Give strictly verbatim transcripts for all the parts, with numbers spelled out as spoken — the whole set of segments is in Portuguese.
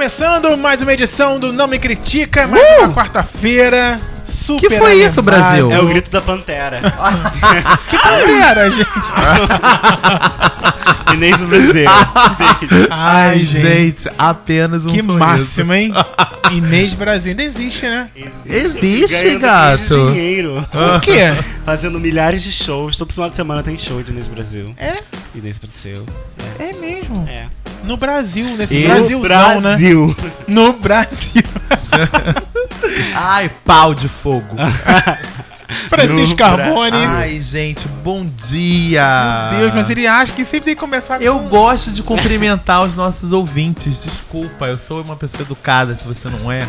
começando mais uma edição do Não Me Critica, mais Uh! uma quarta-feira. Super que foi isso, Brasil? É o grito da Pantera. Que pantera, gente? Inês do Brasil. Ai, gente. apenas um Que sorriso. máximo, hein? Inês Brasil ainda existe, né? Existe, Ganhando gato. dinheiro. Por quê? Fazendo milhares de shows. Todo final de semana tem show de Inês Brasil. É, Inês Brasil. é mesmo. É. No Brasil, nesse E Brasilzão, o né? Brasil. No Brasil. Ai, pau de fogo. Francisco No Bra- Carbone. Ai, gente, bom dia. Meu Deus, mas ele acha que sempre tem que começar Eu com... gosto de cumprimentar os nossos ouvintes. Desculpa, eu sou uma pessoa educada, se você não é.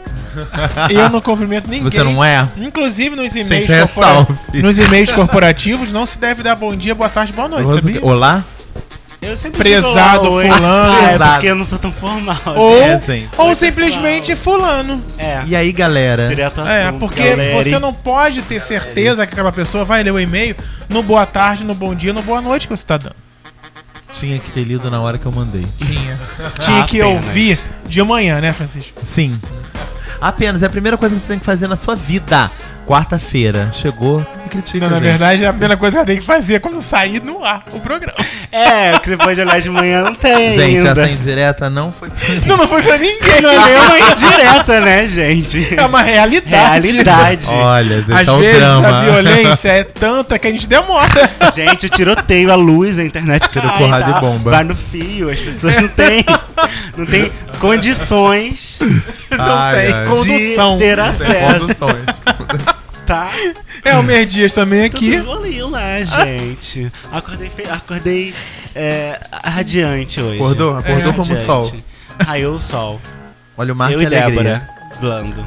Eu não cumprimento ninguém. Você não é? Inclusive nos e-mails, Gente, corpora- ressalve. nos e-mails corporativos não se deve dar bom dia, boa tarde, boa noite, sabia? Olá? Eu sempre Prezado digo lá, oi. fulano. Ah, é Prezado. porque eu não sou tão formal. Ou, É, gente. ou Oi, simplesmente fulano. É. E aí, galera? Direto ao É, assunto, porque galera. você não pode ter certeza que aquela pessoa vai ler o e-mail no boa tarde, no bom dia, no boa noite que você tá dando. Tinha que ter lido na hora que eu mandei. Tinha. Tinha que Apenas. ouvir de manhã, né, Francisco? Sim. Apenas, é a primeira coisa que você tem que fazer na sua vida. Quarta-feira. Chegou, me critica, Não, na gente. verdade, a primeira coisa que você tem que fazer é quando sair no ar o programa. É, o que você pode olhar de manhã não tem Gente, ainda. essa indireta não foi... Não, não foi pra ninguém. Não é nenhuma indireta, né, gente? É uma realidade. Realidade. Olha, gente, Às é o vezes drama. a violência é tanta que a gente demora. Gente, o tiroteio, a luz, a internet Tiro, cai, porrada tá? e bomba. Vai no fio, as pessoas não têm, não têm condições Não Ai, tem ai. condução. de ter Tem acesso, conduções. tá? É o Mer Dias também aqui. Tudo evoluiu lá, gente. Acordei, fe- acordei é, radiante hoje. Acordou? Acordou É, como o Radiante. sol. Raiou o sol. Olha o mar Eu que e alegria. Débora. Blando.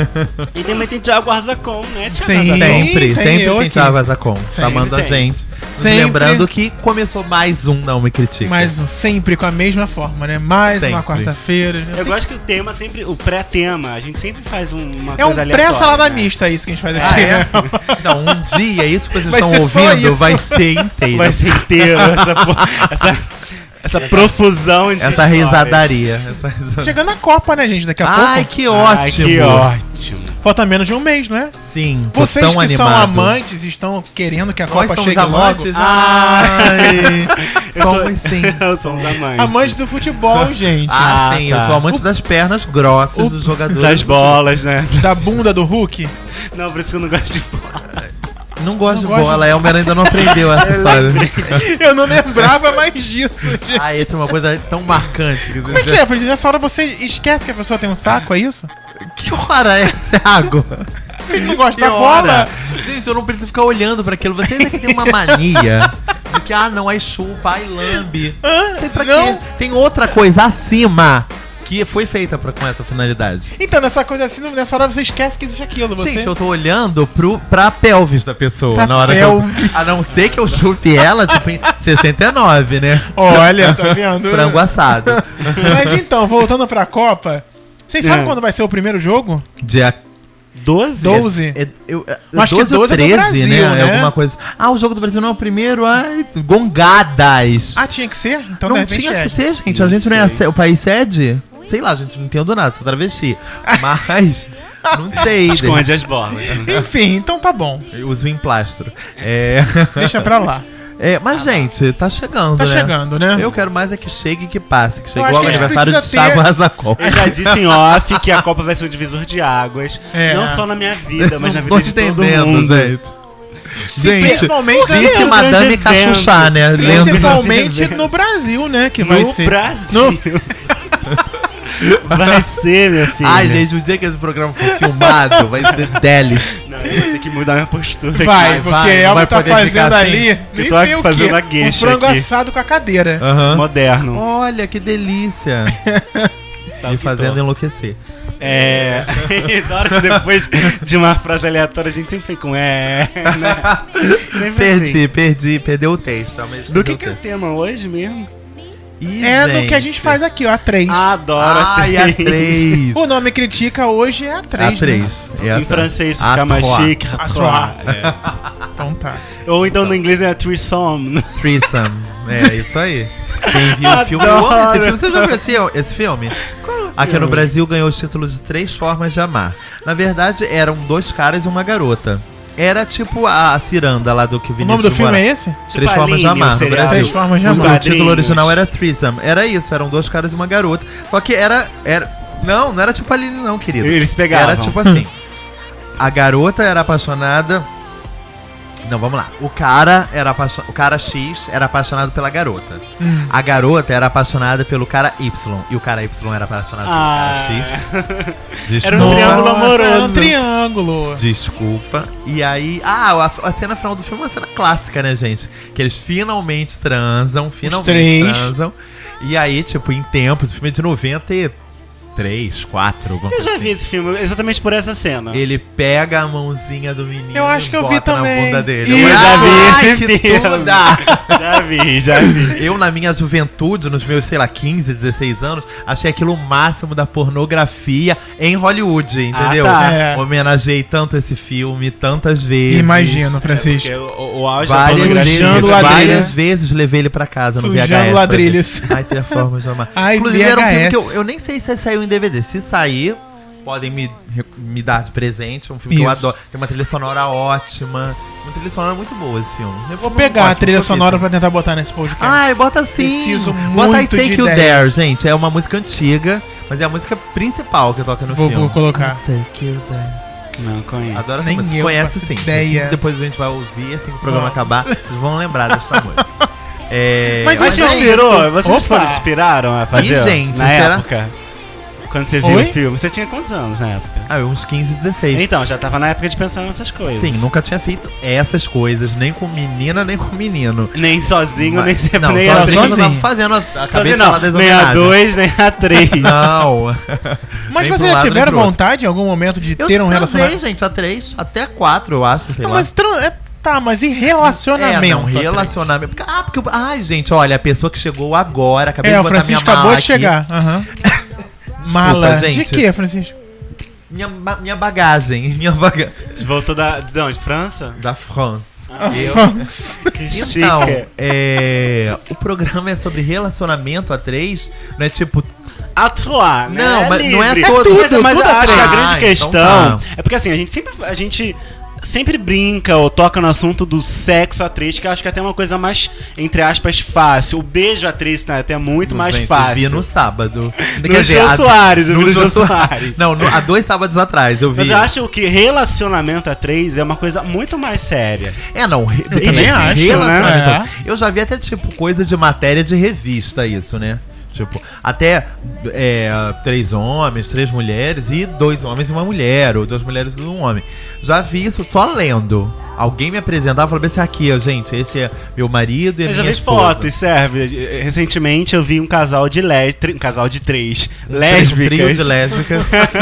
E também tem Thiago Arzacon, né, Thiago Sim. Arzacon? Sempre, Tem sempre eu tem aqui. Thiago Azacon chamando a tem. gente. Nos Sempre. Lembrando que começou mais um Não Me Critica. Mais um, sempre com a mesma forma, né? Mais uma Sempre. quarta-feira. Eu gosto que o tema sempre, o pré-tema, a gente sempre faz um- uma É um coisa aleatória. pré-salada né? mista isso que a gente faz Ah, aqui. é? Não, um dia, isso que vocês Vai estão ser só ouvindo isso. vai ser inteiro. Vai ser inteiro essa, po- essa, essa profusão de Essa histórias. risadaria. Essa risadaria. Chegando a Copa, né, gente? Daqui a Ai, pouco. que Ai, ótimo. que ótimo. Falta menos de um mês, não é? Sim, tô Vocês tão que são animado. amantes estão querendo que a Nós Copa somos chegue amantes. logo. Ai, Eu sou- somos sim. Eu sou um amante. Amantes do futebol, gente. Ah, Ah, sim, tá. eu sou amante das pernas grossas o- dos jogadores. Das bolas, né? Da bunda do Hulk. Não, por isso que eu não gosto de bola. Não gosto Não de gosto bola, de- a Elmer ainda não aprendeu essa história. Eu não lembrava mais disso, gente. Ah, essa é uma coisa tão marcante. Que, Como é que é? Porque nessa hora você esquece que a pessoa tem um saco, é isso? que hora é, Thiago? Você não gosta Que da bola? hora? Gente, eu não preciso ficar olhando pra aquilo. Vocês aqui têm uma mania de que, ah, não, aí chupa, aí lambe. Hã? Não sei pra Não? quê. Tem outra coisa acima que foi feita pra, com essa finalidade. Então, nessa coisa assim, nessa hora você esquece que existe aquilo. Você... Gente, eu tô olhando pro, pra pelvis da pessoa Pra na hora pelvis. que eu, a não ser que eu chupe ela, tipo, em sessenta e nove, né? Olha, tá vendo? Frango assado. Mas então, voltando pra Copa, vocês sabem É. quando vai ser o primeiro jogo? Dia doze? doze. É, eu, é, Acho que doze ou doze é do treze, Brasil, né? né? É alguma coisa. Ah, o jogo do Brasil não é o primeiro. Ai, gongadas. Ah, tinha que ser? Então, de não repente tinha é. que ser, gente. Não a gente não é sei. a- o país sede? Sei lá, gente, não entendo nada, sou travesti. Mas, não sei. Esconde as bolas. Enfim, então tá bom. Eu uso em plastro. É, Deixa pra lá. é, mas, gente, tá chegando, Tá né? chegando, né? Eu quero mais é que chegue e que passe. Que chegue acho logo que o a gente aniversário de precisa ter- Thiago Azacol. Eu já disse em off que a Copa vai ser um divisor de águas. É. Não só na minha vida, mas na Não tô vida de todo entendendo, mundo. gente. Gente, Principalmente, né, disse no Madame grande Cachuchá, né? Lendo Principalmente evento. no Brasil, né? Que vai No ser. Brasil. Vai ser, meu filho. Ai, gente, o dia que esse programa for filmado, vai ser délice. Não, eu vou ter que mudar minha postura aqui. Vai, vai, porque vai, não Elmo vai tá poder fazendo ficar assim. ali. Nem tô sei aqui o fazendo quê. a gueixa Um frango aqui. assado com a cadeira. Aham. Moderno. Olha, que delícia. Tá Me o que fazendo tô. enlouquecer. É. Adoro que depois de uma frase aleatória a gente sempre tem com é. Né? Sempre Perdi, assim. perdi, perdeu o texto. mas Do que, perdeu que é o o tema hoje mesmo? texto. Ih, É no que a gente faz aqui, ó, a três. Adoro Ai, a três. O nome critica hoje é a três. A né? três. É a Em três. francês A fica mais trois. chique. A A trois. trois. É. Então tá. Ou então no inglês é a threesome. Threesome. É, isso aí. Quem viu o filme... Eu amo esse filme. Você já viu esse, esse filme? Aqui no Brasil ganhou o título de Três Formas de Amar. Na verdade, eram dois caras e uma garota. Era tipo a ciranda lá do que O Vinícius nome do filme Moraes. é esse? Três Tipo Formas de Aline, Amar, o no seriado. Brasil. Três Formas de O- Amar. O título Quadrinhos. original era Threesome. Era isso, eram dois caras e uma garota. Só que era... era não, não era tipo Aline não, querido. Eles pegavam. Era tipo assim. A garota era apaixonada... Não, vamos lá. O cara era apaixon... O cara X era apaixonado pela garota. Hum. A garota era apaixonada pelo cara Y. E o cara Y era apaixonado Ah. pelo cara X. Desculpa. Era um triângulo Nossa, amoroso. Era um triângulo. Desculpa. E aí. Ah, a, a cena final do filme é uma cena clássica, né, gente? Que eles finalmente transam. Finalmente três. transam. E aí, tipo, em tempos, o filme é de noventa e três, quatro. alguma Eu coisa já assim. vi esse filme exatamente por essa cena. Ele pega a mãozinha do menino. Eu acho e que eu vi bota também. na bunda dele. Isso. Eu já Ai, vi esse que filme. tuda! Já vi, já vi. Eu, na minha juventude, nos meus, sei lá, quinze, dezesseis anos, achei aquilo o máximo da pornografia em Hollywood, entendeu? Ah, tá. É. Homenageei tanto esse filme, tantas vezes. Imagino, Francisco. Porque o, o auge da Várias pornografia. vezes, Sujando Várias- ladrilhas. várias vezes levei ele pra casa no V H S. Sujando pra ladrilhos. ver. Ai, tem a forma de amar. Ai, Inclusive, era um filme V H S. que eu, eu nem sei se saiu em D V D. Se sair, podem me, me dar de presente. É um filme que eu Isso. adoro. Tem uma trilha sonora ótima. Uma trilha sonora muito boa esse filme. É um Vou filme pegar a ótimo, trilha fofíssimo. sonora pra tentar botar nesse podcast. Ai, bota sim. Preciso Bota I muito Take de You ideias. There, gente. É uma música antiga, mas é a música principal que toca no Vou- filme. vou colocar. Take You There. Não, conheço. Adoro essa Nem música. eu Conhece faço sim. ideia. Assim que depois a gente vai ouvir, assim que o programa Ó. acabar, vocês vão lembrar dessa música. É, Mas Você te é inspirou? isso. Vocês Opa. foram, se inspiraram a fazer Ih, gente, na será? época? Quando você viu Oi? o filme? Você tinha quantos anos na época? Ah, uns quinze, dezesseis. Então, já tava na época de pensar nessas coisas. Sim, nunca tinha feito essas coisas, nem com menina, nem com menino. Nem sozinho, Mas- nem sempre não, nem sozinho, a eu sozinho. tava fazendo, acabei Sozinho de falar não, das nem a homenagens. dois, nem a três. Não. Mas Nem pro vocês já lado, nem tiveram pro outro. vontade em algum momento de Eu ter um transei, relacionamento? gente, a três, até quatro, eu acho, sei Não, lá. mas tran- é- tá, mas em relacionamento. É, não, Patrick? relacionamento. Porque- ah, porque. eu- Ai, gente, olha, a pessoa que chegou agora, acabei É, de o botar minha Francisco mala acabou de aqui. chegar. Aham. Mala. gente. De que, Francisco? Minha, ba- minha bagagem, minha bagagem. Voltou da. De onde? França? Da France. Que Então, chique. é, o programa é sobre relacionamento a três, não é tipo. A trois, né? Não, mas não é livre. todo- Mas, tudo- mas tudo eu a acho que a três. grande Ah, então questão tá. é porque assim, a gente sempre. A gente sempre brinca ou toca no assunto do sexo a três, que eu acho que é até uma coisa mais, entre aspas, fácil. O beijo a três né, é até muito mais gente, fácil. Vi no sábado. No Jô Soares, eu vi no no Jô Jô Soares. Soares. Não, no- há dois sábados atrás eu vi. Mas eu acho que relacionamento a três é uma coisa muito mais séria. É, não. Re, Eu também acho, relacionamento. né? Eu já vi até, tipo, coisa de matéria de revista, isso, né? Tipo, até é, três homens, três mulheres e dois homens e uma mulher, ou duas mulheres e um homem. Já vi isso só lendo. Alguém me apresentava e falou assim: aqui, ó, gente, esse é meu marido e a Eu já minha vi esposa. fotos, serve. Recentemente eu vi um casal de lés... Um casal de três Um trio lésbicas. de lésbicas.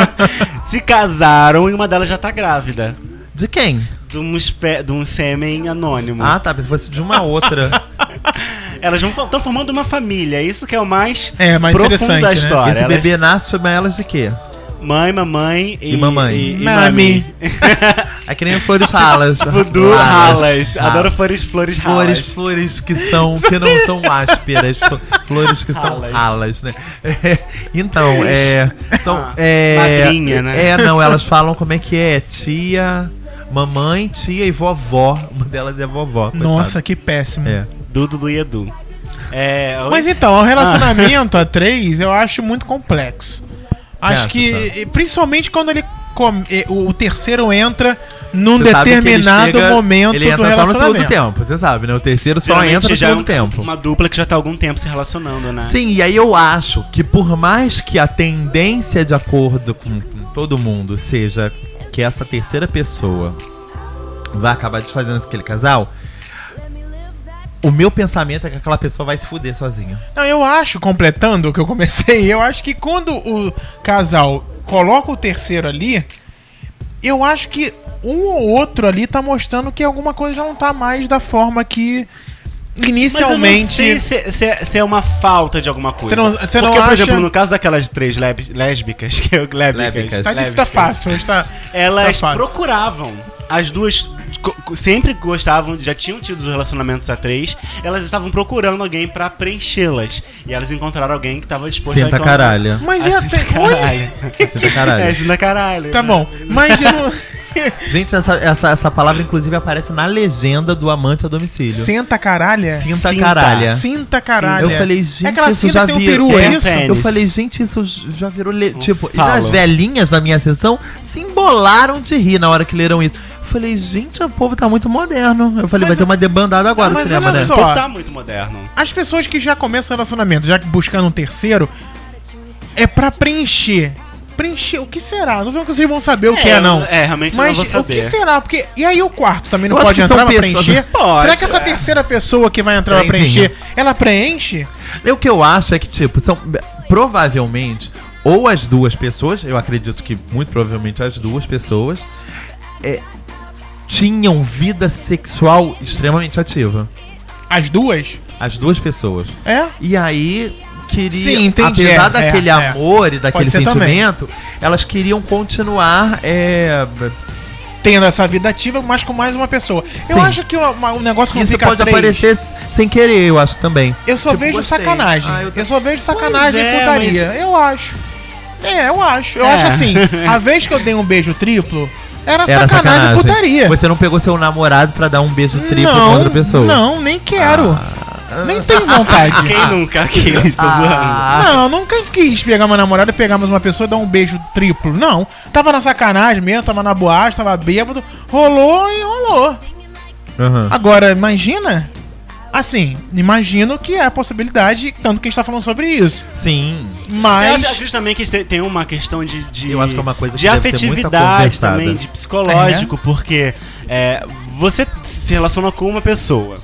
Se casaram e uma delas já tá grávida. De quem? De um, espé- de um sêmen anônimo. Ah, tá. Se fosse de uma outra. Elas estão formando uma família. Isso que é o mais, É, mais profundo interessante, da né? história. Esse Elas- bebê nasce, chama elas de quê? Mãe, mamãe e, E mamãe. E, e Mami. mami. É que nem flores ralas. Voodoo ralas. Adoro flores, flores Flores, ralas. flores que são que não são ásperas, flo- flores que são Ralas. ralas, né? Então, é, são Ah, é, madrinha, né? É, não, elas falam como é que é, tia, mamãe, tia e vovó. Uma delas é vovó. coitada. Nossa, que péssimo. É. Dudu e Edu. É, Mas então, o relacionamento a três eu acho muito complexo. Acho acha, que, principalmente quando ele come- eh, o terceiro entra num Você sabe que ele determinado chega- momento ele do entra só no relacionamento. segundo tempo, você sabe, né? O terceiro só geralmente entra no já é segundo um- tempo. Uma dupla que já tá há algum tempo se relacionando, né? Sim, e aí eu acho que por mais que a tendência de acordo com, com todo mundo seja que essa terceira pessoa vai acabar desfazendo aquele casal, o meu pensamento é que aquela pessoa vai se fuder sozinha. Não, eu acho, completando o que eu comecei, eu acho que quando o casal coloca o terceiro ali, eu acho que um ou outro ali tá mostrando que alguma coisa já não tá mais da forma que inicialmente. Mas eu não sei se, se é- se é uma falta de alguma coisa. Você não- você Porque, não por acha- exemplo, no caso daquelas três lésbicas, que eu, lésbicas, Lésbicas. Tá, difícil, tá fácil, hoje tá. elas tá fácil. procuravam as duas co- sempre gostavam, já tinham tido os relacionamentos a três, elas estavam procurando alguém pra preenchê-las. E elas encontraram alguém que tava disposto Senta a... caralho. Mas Ah, e senta até. caralho. Senta caralho. É, senta caralho. Tá bom. Mas eu não. Gente, essa, essa, essa palavra inclusive aparece na legenda do Amante a Domicílio. Senta caralha? Cinta Cinta. caralha. Cinta caralha. Eu falei, gente, É aquela isso cinta já que tem um virou. peru, é é, isso? Eu falei, gente, isso já virou. Le... Tipo, e falo. as velhinhas da minha sessão se embolaram de rir na hora que leram isso. Eu falei, gente, o povo tá muito moderno. Eu falei, Mas vai ter uma debandada agora no mas cinema, olha né? O só. povo tá muito moderno. As pessoas que já começam o relacionamento, já buscando um terceiro, é pra preencher. Preencher, o que será? Não sei se vocês vão saber o que é, não. É, realmente Mas eu não vou o que saber. será? Porque. E aí o quarto também não Eu acho pode que são entrar pra pessoas- preencher? Pode, será que essa é. terceira pessoa que vai entrar pra Trenzinho. preencher, ela preenche? E o que eu acho é que, tipo, são provavelmente, ou as duas pessoas, eu acredito que muito provavelmente as duas pessoas, é, tinham vida sexual extremamente ativa. As duas? As duas pessoas. É? E aí queria, Sim, entendi, apesar é, daquele é, amor e daquele Pode ser sentimento, elas queriam continuar é, Tendo essa vida ativa, mas com mais uma pessoa. Eu Sim. acho que o, o negócio que não isso fica pode três, aparecer sem querer, eu acho também. Eu só Tipo, vejo gostei. sacanagem. Ah, eu, eu tô- só vejo sacanagem Pois e é, putaria. Eu acho. É, eu acho. Eu É. acho assim, a vez que eu dei um beijo triplo, era, Era sacanagem e putaria. Você não pegou seu namorado pra dar um beijo triplo não, com outra pessoa. Não, nem quero. Ah. Nem tenho vontade. Quem nunca aqui está zoando? Ah. Não, eu nunca quis pegar uma namorada e pegar mais uma pessoa e dar um beijo triplo. Não. Tava na sacanagem mesmo, tava na boate, tava bêbado. Rolou e rolou. Aham. Agora, imagina. Assim, imagino que é a possibilidade, tanto que a gente tá falando sobre isso. Sim. Eu Mas. acho, acredito também que tem uma questão de, de, Eu acho que é uma coisa que de deve ser muito afetividade conversada. também, de psicológico, porque é, você se relaciona com uma pessoa.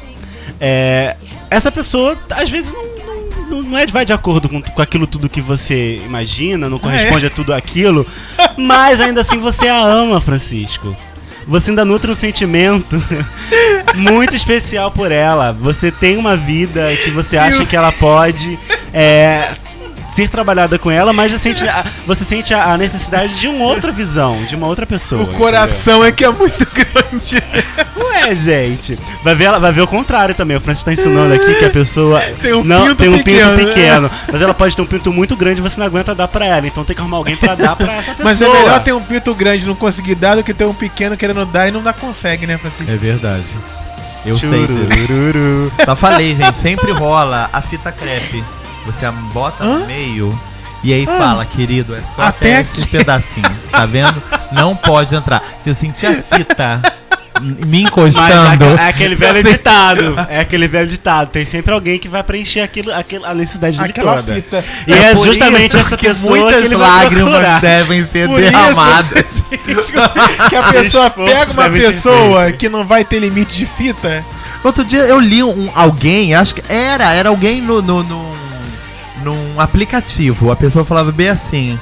É, essa pessoa, às vezes, não, não, não é, vai de acordo com, com aquilo tudo que você imagina, não corresponde a tudo aquilo, mas ainda assim você a ama, Francisco. Você ainda nutre um sentimento muito especial por ela. Você tem uma vida que você acha que ela pode é, ser trabalhada com ela, mas você sente, a, você sente a necessidade de uma outra visão, de uma outra pessoa. O coração é que é muito grande. Entendeu? Ué, gente. Vai ver, ela, vai ver o contrário também. O Francis tá ensinando aqui que a pessoa Tem um não pinto tem um pequeno, pinto né? pequeno. Mas ela pode ter um pinto muito grande e você não aguenta dar pra ela. Então tem que arrumar alguém pra dar pra essa pessoa. Mas é melhor ter um pinto grande e não conseguir dar do que ter um pequeno querendo dar e não dar consegue, né, Francisco? É verdade. Eu sei disso. Churururu. Só falei, gente, sempre rola a fita crepe. Você a bota Hã? no meio e aí Ah. fala, querido, é só Até até, aqui. esses pedacinhos, tá vendo? Não pode entrar. Se eu sentir a fita me Mas encostando... é aquele velho ditado. É aquele velho ditado. Tem sempre alguém que vai preencher aquilo, aquilo, a necessidade dele Aquela toda. fita. E é, por justamente isso essa que pessoa muitas que ele vai lágrimas procurar. devem ser Por isso, derramadas. que a pessoa Esforços pega uma devem ser pessoa feitos. que não vai ter limite de fita. Outro dia eu li um, alguém, acho que era, era alguém no, no, no- num aplicativo. A pessoa falava bem assim: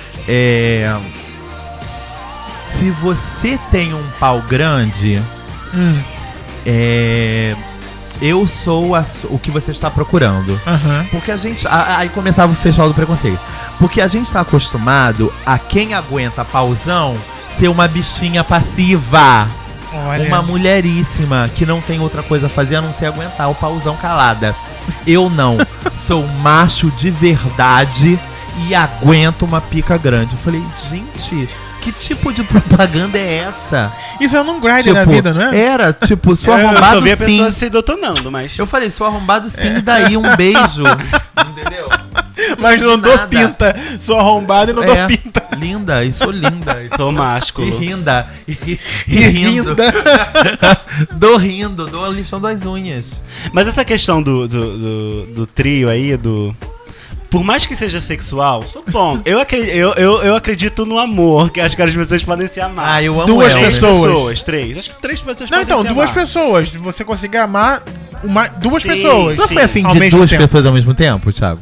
é, se você tem um pau grande, Hum, é, eu sou a su- o que você está procurando. aham. Porque a gente. a- Aí começava o festival do preconceito. Porque a gente está acostumado a quem aguenta pauzão ser uma bichinha passiva. Olha. Uma mulheríssima que não tem outra coisa a fazer a não ser aguentar o pauzão calada. Eu não. Sou macho de verdade e aguento uma pica grande. Eu falei, gente, que tipo de propaganda é essa? Isso é um grind na vida, não é? Era, tipo, sou Eu só arrombado vi a sim. pessoa se doutonando, mas... Eu falei, sou arrombado sim, É. e daí um beijo. Entendeu? Mas não dou nada. pinta. Sou arrombado e não É, dou pinta. linda, e sou linda. E Sou E másculo. rinda. E, e E rindo. rinda. Dou rindo, dou lixando as unhas. Mas essa questão do, do, do, do trio aí, do... Por mais que seja sexual, supondo, eu, acredito, eu, eu, eu acredito no amor, que acho que as pessoas podem se amar. Ah, eu amo Duas ela. Três pessoas. pessoas, três. Acho que três pessoas Não, podem então, se duas amar. pessoas. Você conseguir amar uma, duas Sim. pessoas. Você não Sim, foi afim ao de mesmo duas tempo. pessoas ao mesmo tempo, Thiago?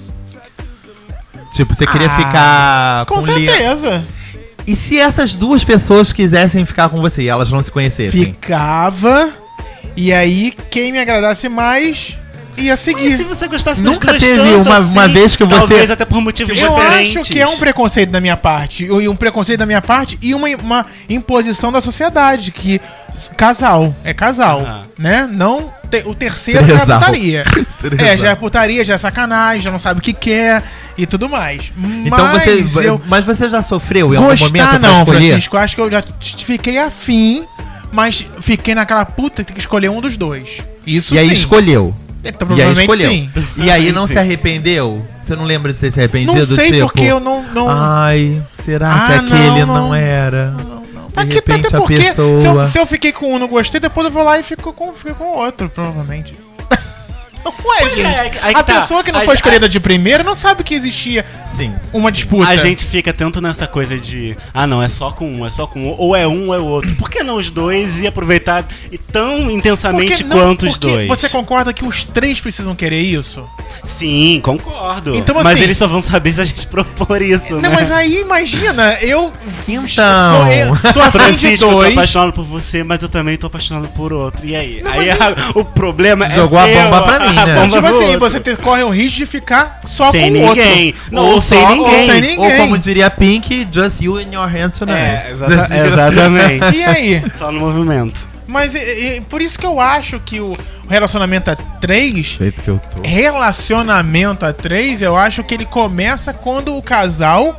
Tipo, você queria Ah, ficar Com Lia- certeza. E se essas duas pessoas quisessem ficar com você e elas não se conhecessem? Ficava. E aí, quem me agradasse mais ia seguir. E se você gostasse das Nunca duas teve tanto uma- assim, uma vez que você- talvez até por motivos Eu diferentes. acho que é um preconceito da minha parte. E um preconceito da minha parte e uma, uma imposição da sociedade. Que casal é casal, Ah. né? Não te- o terceiro já é Tresal. putaria. É, Tresal. já é putaria, já é sacanagem, já não sabe o que quer e tudo mais. Então mas você. eu Mas você já sofreu em algum momento gostar pra não, escolher? Francisco. Eu acho que eu já t- fiquei afim, mas fiquei naquela puta, tem que escolher um dos dois. Isso E aí sim. escolheu. Então, E aí provavelmente escolheu. sim. E aí não Sim. se arrependeu? Você não lembra de ter se arrependido? Não sei tipo, porque eu não... não... Ai, será Ah, que aquele não, não, não. era? De Aqui, repente até a porque pessoa. se eu, se eu fiquei com um e não gostei, depois eu vou lá e fico com, fico com outro, provavelmente. Ué, Pois é, gente, aí que- aí que a tá. pessoa que não A- foi escolhida de primeira não sabe que existia Sim. uma disputa. A gente fica tanto nessa coisa de, ah não, é só com um, é só com um, ou é um ou é o outro. Por que não os dois e aproveitar e tão intensamente Porque não- quanto os porque dois? Você concorda que os três precisam querer isso? Sim, concordo. Então, mas assim- eles só vão saber se a gente propor isso, Não, né? mas aí imagina, eu. Então. eu tô afim de Francisco, eu tô dois. apaixonado por você, mas eu também tô apaixonado por outro. E aí? Não, aí mas a- o problema Jogou é a teu, bomba pra mim, a né? bomba Tipo pro assim, outro. você ter, corre o risco de ficar só Sem com o outro. ninguém. Não, ou sem só- ninguém. Ou sem ninguém. Ou como diria Pink, just you in your hand tonight. É, exata- Just you- exatamente. E aí? Só no movimento. Mas e- e por isso que eu acho que o relacionamento a três. Do jeito que eu tô. Relacionamento a três, eu acho que ele começa quando o casal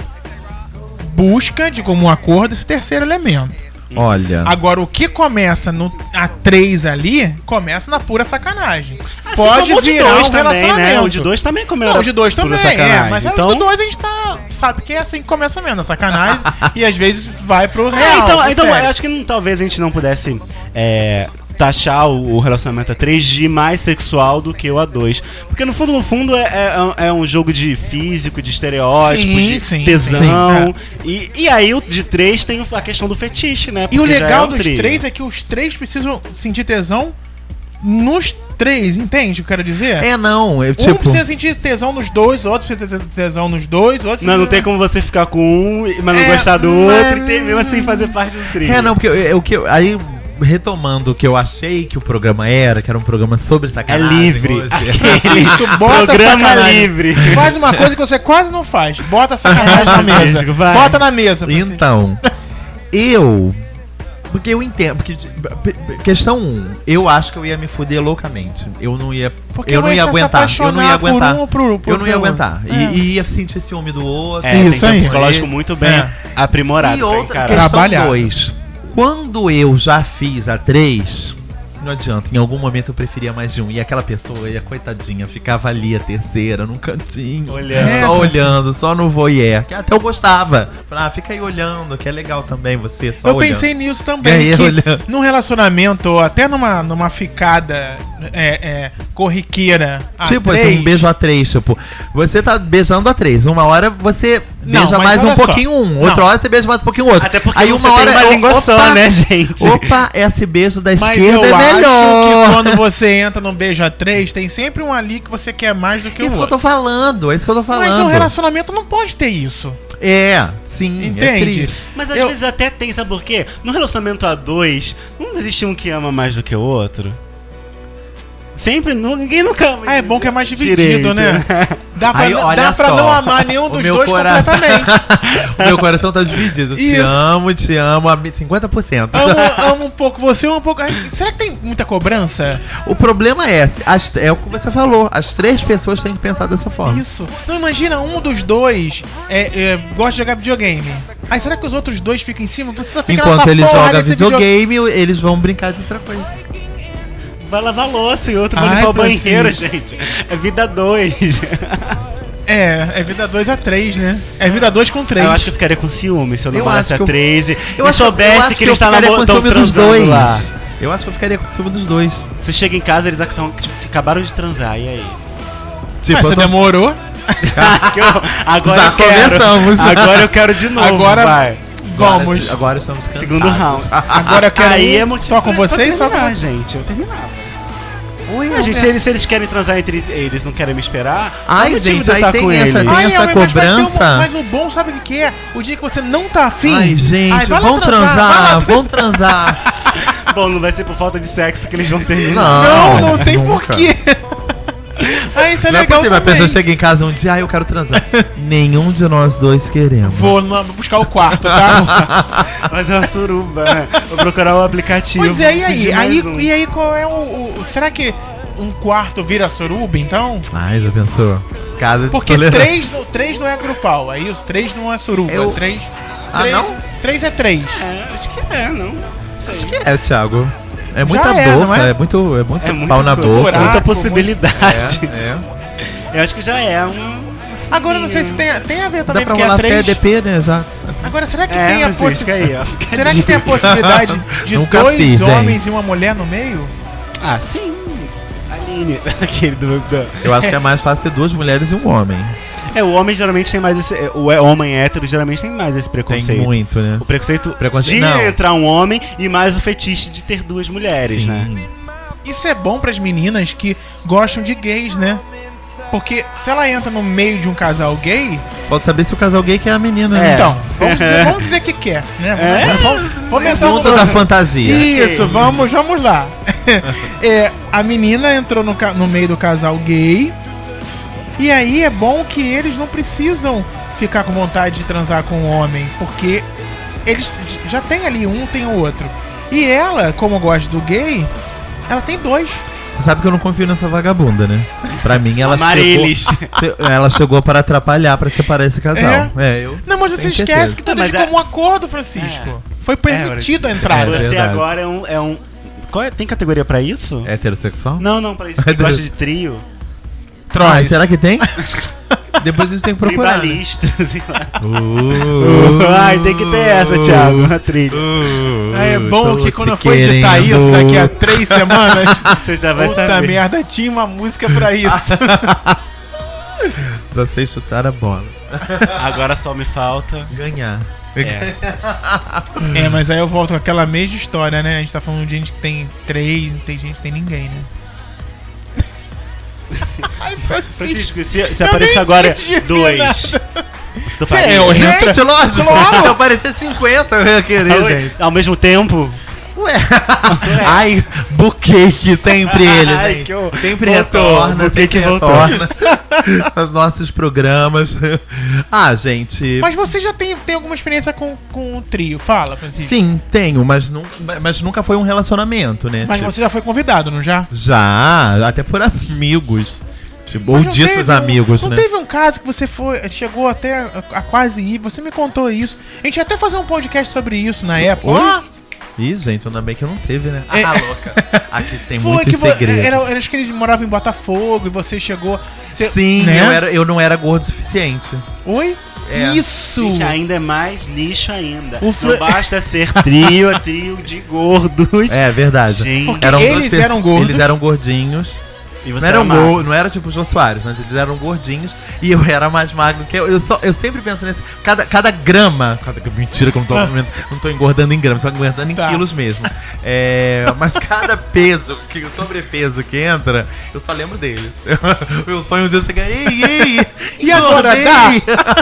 busca de comum acordo esse terceiro elemento. Olha. Agora, o que começa no a três ali, começa na pura sacanagem. Assim Pode como o de virar dois um também, né? relacionamento. O de dois também começa. Não, o de dois por também, sacanagem. é. Mas então, o de dois a gente tá... Sabe que é assim que começa mesmo, a sacanagem. E às vezes vai pro É, real. então, pro então sério. eu acho que não- talvez a gente não pudesse é, taxar o, o relacionamento a três de mais sexual do que o a dois. Porque no fundo, no fundo, é, é- é um jogo de físico, de estereótipos, Sim, de sim, tesão. sim, E, e aí o de três tem a questão do fetiche, né? E o Porque já legal é um dos trio. três é que os três precisam sentir tesão nos três, entende o que eu quero dizer? É, não. Eu, Um tipo. precisa sentir tesão nos dois, outro precisa sentir tesão nos dois, outro Não, não tem precisa- como você ficar com um, mas não É, gostar do mas- outro e ter mesmo assim fazer parte do trio. É, não, porque eu- eu- o que eu- aí retomando o que eu achei que o programa era, que era um programa sobre É sacanagem. livre. hoje. Francisco, bota Programa sacanagem. livre. Faz uma coisa que você quase não faz. Bota sacanagem na mesa. Francisco, vai. Bota na mesa. Francisco. Então, eu. Porque eu entendo. Porque, p- p- questão um, eu acho que eu ia me fuder loucamente. Eu não ia. Porque eu não você ia se aguentar. Eu não ia apaixonar por aguentar. um ou por- por eu não ia outro. aguentar. É. E, e ia sentir ciúme do outro. É, tem Isso que ter um aí. psicológico muito bem É. aprimorado. E pra outra encarar. questão Trabalhado. dois. Quando eu já fiz a três, não adianta, em algum momento eu preferia mais de um. E aquela pessoa, ia, coitadinha, ficava ali a terceira, num cantinho. Olhando. É, só Francisco. olhando, só no voyeur. Que até eu gostava. Falei, ah, fica aí olhando, que é legal também você, só Eu olhando. pensei nisso também. Ganhei Que olhando. num relacionamento, ou até numa, numa ficada é, é, corriqueira. a Tipo, três, assim, um beijo a três, tipo, você tá beijando a três. Uma hora você Não, beija mas mais um olha só. pouquinho um. Não. Outra hora você beija mais um pouquinho outro. Até porque aí você uma tem hora uma é, língua opa, só, né, gente? Opa, esse beijo da Mas esquerda eu é acho melhor. que quando você entra num beijo a três, tem sempre um ali que você quer mais do que Isso o que eu outro. tô falando, é isso que eu tô Mas falando. um relacionamento não pode ter isso. É, sim, é Entende? triste. Mas às Eu- vezes até tem, sabe por quê? No relacionamento a dois, não existe um que ama mais do que o outro. Sempre, nu- ninguém nunca ama. Ah, é bom que é mais dividido, direito. né? Dá pra, Aí, não- olha dá pra só, não amar nenhum o dos meu dois coração- completamente. O meu coração tá dividido. Eu te Isso. amo, te amo, a cinquenta por cento. Amo, amo um pouco você, um pouco. Ai, será que tem muita cobrança? O problema é, as- é o que você falou, as três pessoas têm que pensar dessa forma. Isso. Não, imagina, um dos dois é, é, gosta de jogar videogame. Aí será que os outros dois ficam em cima? Você só fica Enquanto nessa ele porra joga desse videogame, eles vão brincar de outra coisa. Vai lavar louça e outro vai Ai, limpar o Francisco. banheiro, gente. É vida dois. É, é vida dois a três, né? É vida dois com três. Eu acho que eu ficaria com ciúme se eu não Eu morasse acho a que eu- três e, Eu e acho, eu soubesse acho que, que eles eu estavam ficaria com tão ciúme dos transando dois. lá. Eu acho que eu ficaria com ciúme dos dois. Você chega em casa, eles actam- tipo, acabaram de transar, e aí? Tipo, Mas eu você tô- demorou. Que eu- agora Já eu quero. começamos. Agora eu quero de novo. Agora- vai. Vamos. Agora, agora estamos cansados. Segundo round. Agora eu quero Aí um é motivo só com pra- vocês, pra só com terminar, você. gente. Eu terminava. Ui, Mas, gente, se eles, se eles querem transar entre eles, eles não querem me esperar. Ai, qual o motivo gente, de eu aí estar tem com essa- eles? tem Ai, essa mas vai ter um- cobrança. mas o bom, sabe o que que é? O dia que você não tá afim. Ai, gente, ai, vai lá vamos vai lá transar, vamos transar. Bom, não vai ser por falta de sexo que eles vão terminar. Não, Não, não tem nunca. porquê. Ah, isso é Não é legal possível, a também. pessoa chega em casa um dia, ah, eu quero transar. Nenhum de nós dois queremos. Vou no- buscar o quarto, tá? Mas é uma suruba, né? Vou procurar o aplicativo. Pois é, e aí? pedir mais aí um. E aí qual é o, o- será que um quarto vira suruba, então? Ai, já pensou? Casa de Porque tolerância. três, no- três não é grupal, aí os três não é suruba. Eu- Três, Ah, três, não? três é três. É, acho que é, não. Sei. Acho que é, Thiago. É muita é, não boca, é? é? muito, é muito É muito pau na coisa, boca. buraco, muita possibilidade. É, é. Eu acho que já é uma. Agora eu não sei se tem, tem a ver Dá também, pra porque é rolar três. T D P, né? Já. Agora, será que É, tem a mas isso que possibilidade? aí, ó. Fica Será a que tem a dica. possibilidade de Nunca dois fiz, hein? homens e uma mulher no meio? Ah, sim. Aline. Aquele do. do- Eu acho que é mais fácil ter duas mulheres e um homem. É, o homem geralmente tem mais esse. O homem hétero geralmente tem mais esse preconceito. Tem muito, né? O preconceito, Preconceito- de não. entrar um homem e mais o fetiche de ter duas mulheres, né? Isso é bom pras meninas que gostam de gays, né? Porque se ela entra no meio de um casal gay, Pode saber se o casal gay quer a menina, É. né? então, vamos dizer, vamos dizer que quer, né? É? Vamos, vamos entrar no- Mundo da fantasia. Isso, vamos, vamos lá. É, a menina entrou no, ca- no meio do casal gay. E aí é bom que eles não precisam ficar com vontade de transar com o homem, porque eles já tem ali um, tem o outro. E ela, como gosta do gay, ela tem dois. Você sabe que eu não confio nessa vagabunda, né? Pra mim, ela Amarilis. chegou... Ela chegou para atrapalhar, pra separar esse casal. É, eu... Não, mas você Tenho esquece certeza. que tudo Não, é de mas é- comum acordo, Francisco. Foi permitido a É, entrada. É Você verdade. agora é um. É um qual é, tem categoria pra isso? É heterossexual? Não, não, pra isso que gosta de trio. Ah, será que tem? Depois a gente tem que procurar. né? Tribalista, sei lá. Uh, Ai, tem que ter essa, Thiago, na trilha. uh, É bom tô que quando eu te for editar querendo. isso daqui a três semanas, Você já vai puta saber. merda, tinha uma música pra isso. Já sei chutar a bola. Agora só me falta. Ganhar. É. É, mas aí eu volto com aquela mesma história, né? A gente tá falando de gente que tem três, não tem gente que tem ninguém, né? Ai, Francisco. Francisco, se, se Eu aparecer nem agora quis dizer dois. nada. Você Cê toparia? é o Gente, Entra- lógico. Claro. Se aparecer cinquenta, eu ia querer, Ao- gente. Ao mesmo tempo. Ué. Ai, buquê que sempre ele, Ai, gente. que horror. Sempre Voltou, retorna, buquê sempre que voltou. retorna. Aos nossos programas. Ah, gente. Mas você já tem, tem alguma experiência com, com o trio? Fala, Francisco. Sim, tenho, mas, nu- mas nunca foi um relacionamento, né? Mas Tipo, você já foi convidado, não já? Já, até por amigos. Tipo, ou Mas não ditos teve um- amigos, não né? teve um caso que você foi, chegou até a, a quase ir, você me contou isso. A gente ia até fazer um podcast sobre isso na época. Oi? Ah, Ih, gente, ainda bem que não teve, né? É. Ah, louca. Aqui tem foi muitos que vo- segredos. era, era, acho que eles moravam em Botafogo e você chegou. Você, Sim, né? eu, era, eu não era gordo o suficiente. Oi? É. Isso! Gente, ainda é mais lixo ainda. O Fra- Não basta ser trio, é trio de gordos. É verdade. Gente, Porque Eram duas eles pessoas- eram gordos. Eles eram gordinhos. e você Não eram era magro. gordos, não era tipo o Jô Soares, mas eles eram gordinhos e eu era mais magro que eu. Eu, só, eu sempre penso nesse. Cada, cada grama. Cada, mentira que eu não tô, não tô engordando em gramas, só engordando em Tá. quilos mesmo. É, mas cada peso, que, sobrepeso que entra, eu só lembro deles. Eu sonho um dia chegar. Ei, ei! E agora, engordei!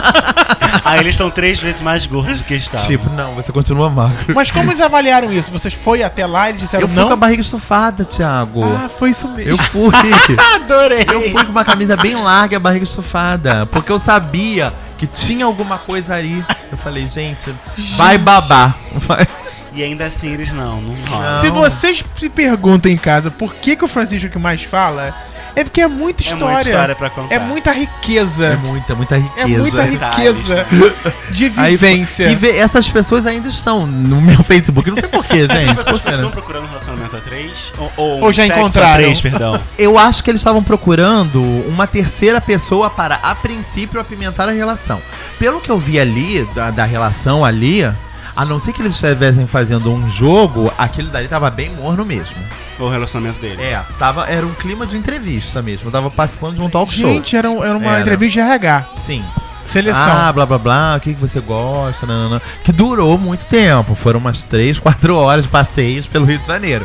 Aí eles estão três vezes mais gordos do que estavam. Tipo, não, você continua magro. Mas como eles avaliaram isso? Vocês foram até lá e disseram Eu fui não? com a barriga estufada, Thiago. Ah, foi isso mesmo. Eu fui. Adorei! Eu fui com uma camisa bem larga e a barriga estufada. Porque eu sabia que tinha alguma coisa ali. Eu falei, gente, vai babar. Vai. E ainda assim eles não, não rola. Não. Se vocês se perguntam em casa por que, que o Francisco que mais fala, é porque é muita É história. muita história pra contar. É muita É riqueza. muita, muita riqueza. É muita Detalhes, riqueza de Aí, vivência. E vê, essas pessoas ainda estão no meu Facebook. Não sei porquê, Essas gente. pessoas Por quê, né? continuam procurando um relacionamento a três? Ou, ou, um Ou já sexo encontraram? A três, perdão. Eu acho que eles estavam procurando uma terceira pessoa para, a princípio, apimentar a relação. Pelo que eu vi ali, da, da relação ali, a não ser que eles estivessem fazendo um jogo, aquele dali tava bem morno mesmo. Ou o relacionamento deles. É, tava, era um clima de entrevista mesmo. Eu tava participando de um talk show. Gente, era, um- era uma Era. entrevista de R H. Sim. Seleção. Ah, blá blá blá, o que, que você gosta, nanana. Que durou muito tempo. Foram umas três, quatro horas de passeios pelo Rio de Janeiro.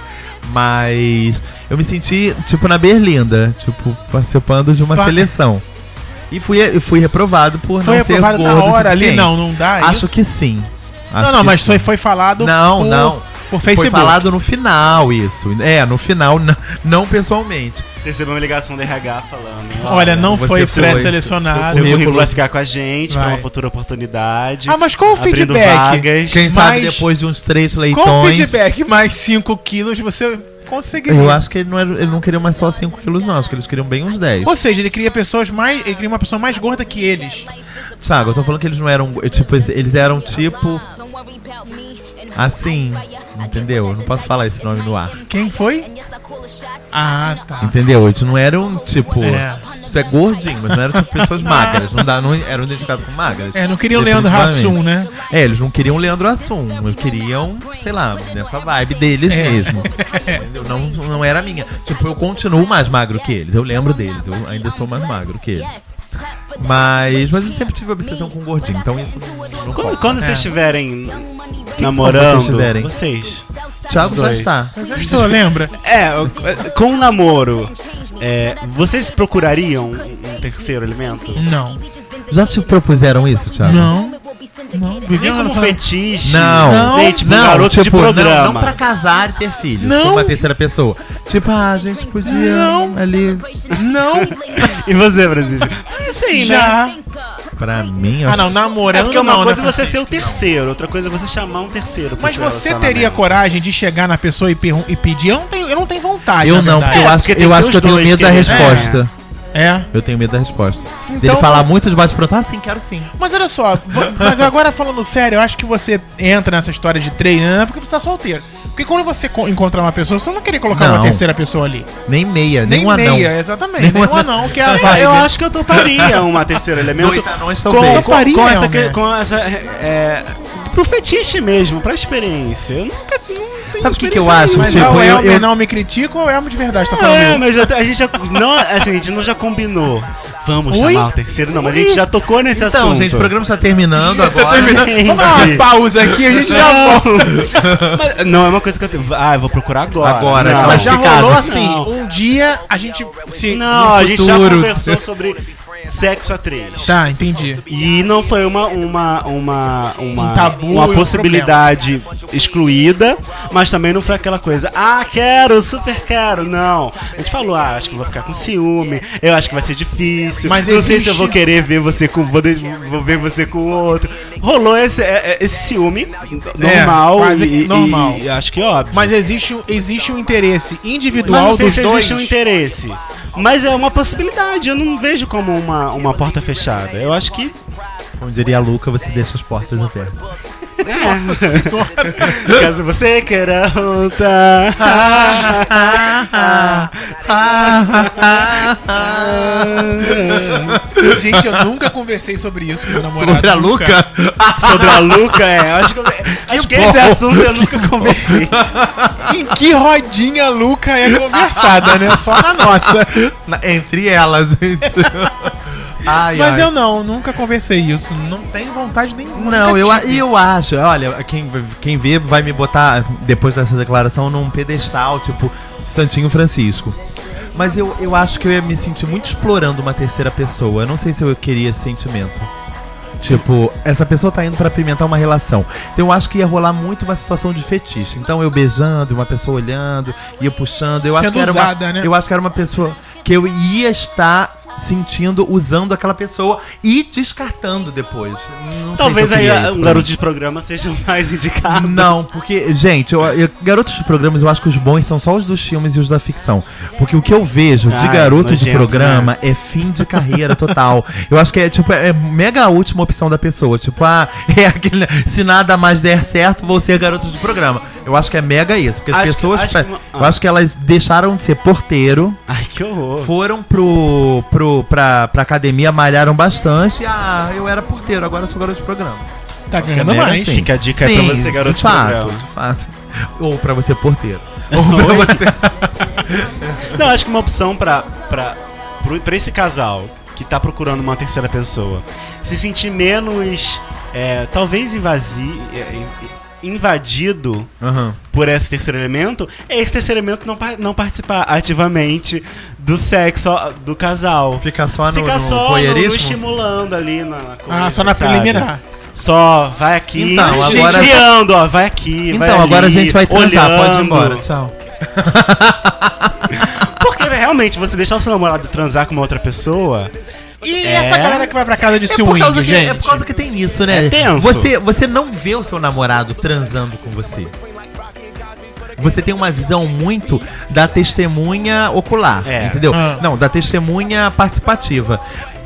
Mas eu me senti, tipo, na Berlinda, tipo, participando de uma Spa- seleção. E fui, e fui reprovado por Foi não ser aprovado gordo na o hora ali? suficiente. Não, não dá Acho isso? que sim. Não, Acho não, que mas sim. foi, foi falado Não, por- não. Por Foi Facebook. falado no final isso. É, no final, n- não pessoalmente. Você recebeu uma ligação do R H falando. Olha, não você foi foi- pré-selecionado. Seu currículo- currículo vai ficar com a gente Vai. pra uma futura oportunidade. Ah, mas qual o abrindo feedback? vagas. Quem sabe Mas- depois de uns três Com o leitões... feedback mais cinco quilos, você conseguiria. Eu acho que ele não, era, ele não queria mais só cinco quilos, não. Acho que eles queriam bem uns dez. Ou seja, ele queria pessoas mais. Ele queria uma pessoa mais gorda que eles. Thiago, eu tô falando que eles não eram... Tipo, eles eram tipo... Assim, entendeu? Eu não posso falar esse nome no ar. Quem foi? Ah, tá. Entendeu? Eles não eram tipo... É. Isso é gordinho, mas não eram tipo pessoas magras. Não, dá, não eram identificados como magras. É, não queriam Leandro Definitivamente. Hassum, né? É, eles não queriam Leandro Hassum. Eles queriam, sei lá, nessa vibe deles É. mesmo. Entendeu? Não, não era a minha. Tipo, eu continuo mais magro que eles. Eu lembro deles. Eu ainda sou mais magro que eles. Mas, mas eu sempre tive obsessão com gordinho, então isso não, não Quando, conta. quando É. vocês estiverem Quem namorando, são vocês estiverem? vocês. Thiago já dois. está. Eu já estou, lembra? É, o- com o namoro, é, vocês procurariam um terceiro elemento? Não. Já te propuseram isso, Thiago? Não. Não. Nem Vivia como uma fetiche. Não, nem tipo não, um garoto tipo, de programa. Não, não pra casar e ter filhos Não. com uma terceira pessoa. Tipo, ah, a gente podia Não. ali... Não. E você, Francisco? É sim, né? Já. Pra mim, eu Ah, acho... não, É namorando porque uma não, coisa é né, você ser o Francisco? terceiro, outra coisa é você chamar um terceiro. pro Mas seu você relacionamento. teria coragem de chegar na pessoa e, pergun- e pedir? Eu não tenho, eu não tenho vontade, Eu na não, verdade. porque eu É, acho, porque tem eu que acho ser que eu os tenho dois medo da querendo. resposta. É. Eu tenho medo da resposta. Então- Dele falar muito de bate-pronto, ah, sim, quero sim. Mas olha só, vo- mas agora falando sério, eu acho que você entra nessa história de treino, não é porque você tá solteiro. Porque quando você co- encontrar uma pessoa, você não querer colocar uma Não. terceira pessoa ali. Nem meia, nem, Nem um anão. meia, exatamente. Nem Nem, um um anão, que é a É, vibe. eu acho que eu toparia uma terceira elemento. Dois anões com, talvez. com, Toparia, com essa, né? com essa é, pro fetiche mesmo, pra experiência. Eu nunca não tenho Sabe o que que eu experiência acho? Mas nenhuma. Tipo, é o eu- Elmer eu- não me critica ou é o Elmer de verdade tá falando É, isso? mas já- a gente já não, assim, a gente não já combinou. Vamos Oi? chamar o terceiro, não, mas a gente já tocou nesse Então, assunto. gente, o programa está terminando Tá agora. terminando. gente. Vamos dar uma pausa aqui, a gente já volta. Mas, não, é uma coisa que eu tenho. Ah, eu vou procurar agora. Agora, não. Mas já Classificados. rolou assim, Não. um dia a gente... Se, Não, no a gente já futuro- conversou sobre sexo a três. Tá, entendi. E não foi uma uma uma uma, Um tabu e uma um possibilidade excluída, mas também não foi aquela coisa, ah, quero, super quero. Não. A gente falou, ah, acho que vou ficar com ciúme, eu acho que vai ser difícil. Mas não sei existe- se eu vou querer ver você com vou, de- vou ver você com o outro. Rolou esse, é, é, esse ciúme normal quase e, normal. e acho que óbvio. Mas existe, um- existe um interesse Mas individual não sei dos se dois. existe um interesse. Mas é uma possibilidade, eu não vejo como uma, uma porta fechada. Eu acho que. Como diria a Luca, você deixa as portas abertas. É. Caso você queira voltar. Gente, eu nunca conversei sobre isso com meu namorado. Sobre a nunca. Luca? Sobre a Luca, é. Acho que, acho que esse bom. assunto eu nunca conversei. Em que rodinha a Luca é conversada, né? Só na nossa. Na- entre elas, gente. Ai, Mas ai. eu não, nunca conversei isso. Não tenho vontade nenhuma. Não, nunca eu, a- tive. eu acho, olha, quem, quem vê vai me botar, depois dessa declaração, num pedestal, tipo, Santinho Francisco. Mas eu, eu acho que eu ia me sentir muito explorando uma terceira pessoa. Eu não sei se eu queria esse sentimento. Tipo, essa pessoa tá indo pra apimentar uma relação. Então eu acho que ia rolar muito uma situação de fetiche. Então eu beijando, uma pessoa olhando, e eu puxando. Eu acho Sendo que era usada, uma, né? eu acho que era uma pessoa que eu ia estar sentindo, usando aquela pessoa e descartando depois. Não sei Talvez se eu aí queria a- isso um pra garoto mim. de programa seja o mais indicado. Não, porque, gente, eu, eu- garotos de programas, eu acho que os bons são só os dos filmes e os da ficção. Porque o que eu vejo de Ai, garoto de nojento, programa é fim de carreira total. Eu acho que é, tipo, é mega a última opção da pessoa. Tipo, ah, é aquele. Se nada mais der certo, vou ser garoto de programa. Eu acho que é mega isso. Porque as Acho que- pessoas. acho que uma- Eu acho que elas deixaram de ser porteiro, Ai, que horror. foram pro, pro, pra, pra academia, malharam bastante. E, ah, eu era porteiro, agora eu sou garoto de programa. Tá Acho que é ganhando mega mais. assim. Fica a dica aí pra Sim, você, garoto de de fato, programa. de fato. Ou pra você porteiro. Ou pra você. Não, acho que uma opção pra, pra, pro- pra esse casal que tá procurando uma terceira pessoa se sentir menos, é, talvez invasi, é, invadido Aham. por esse terceiro elemento, é esse terceiro elemento não, par- não participar ativamente do sexo ó, do casal. Ficar só no, Ficar no só no, voyeurismo? no estimulando ali na, na Ah, coisa, só na sabe? preliminar. Só vai aqui, Então, agora- guiando, ó, vai aqui, vai Então, agora a ali, gente vai transar, olhando. pode ir embora. Tchau. Porque realmente, você deixar o seu namorado transar com uma outra pessoa... E É. essa galera que vai pra casa de É por, swing, causa que, gente? é por causa que tem isso, né? É tenso. Você, você não vê o seu namorado transando com você. Você tem uma visão muito da testemunha ocular, É. entendeu? Ah. Não, da testemunha participativa.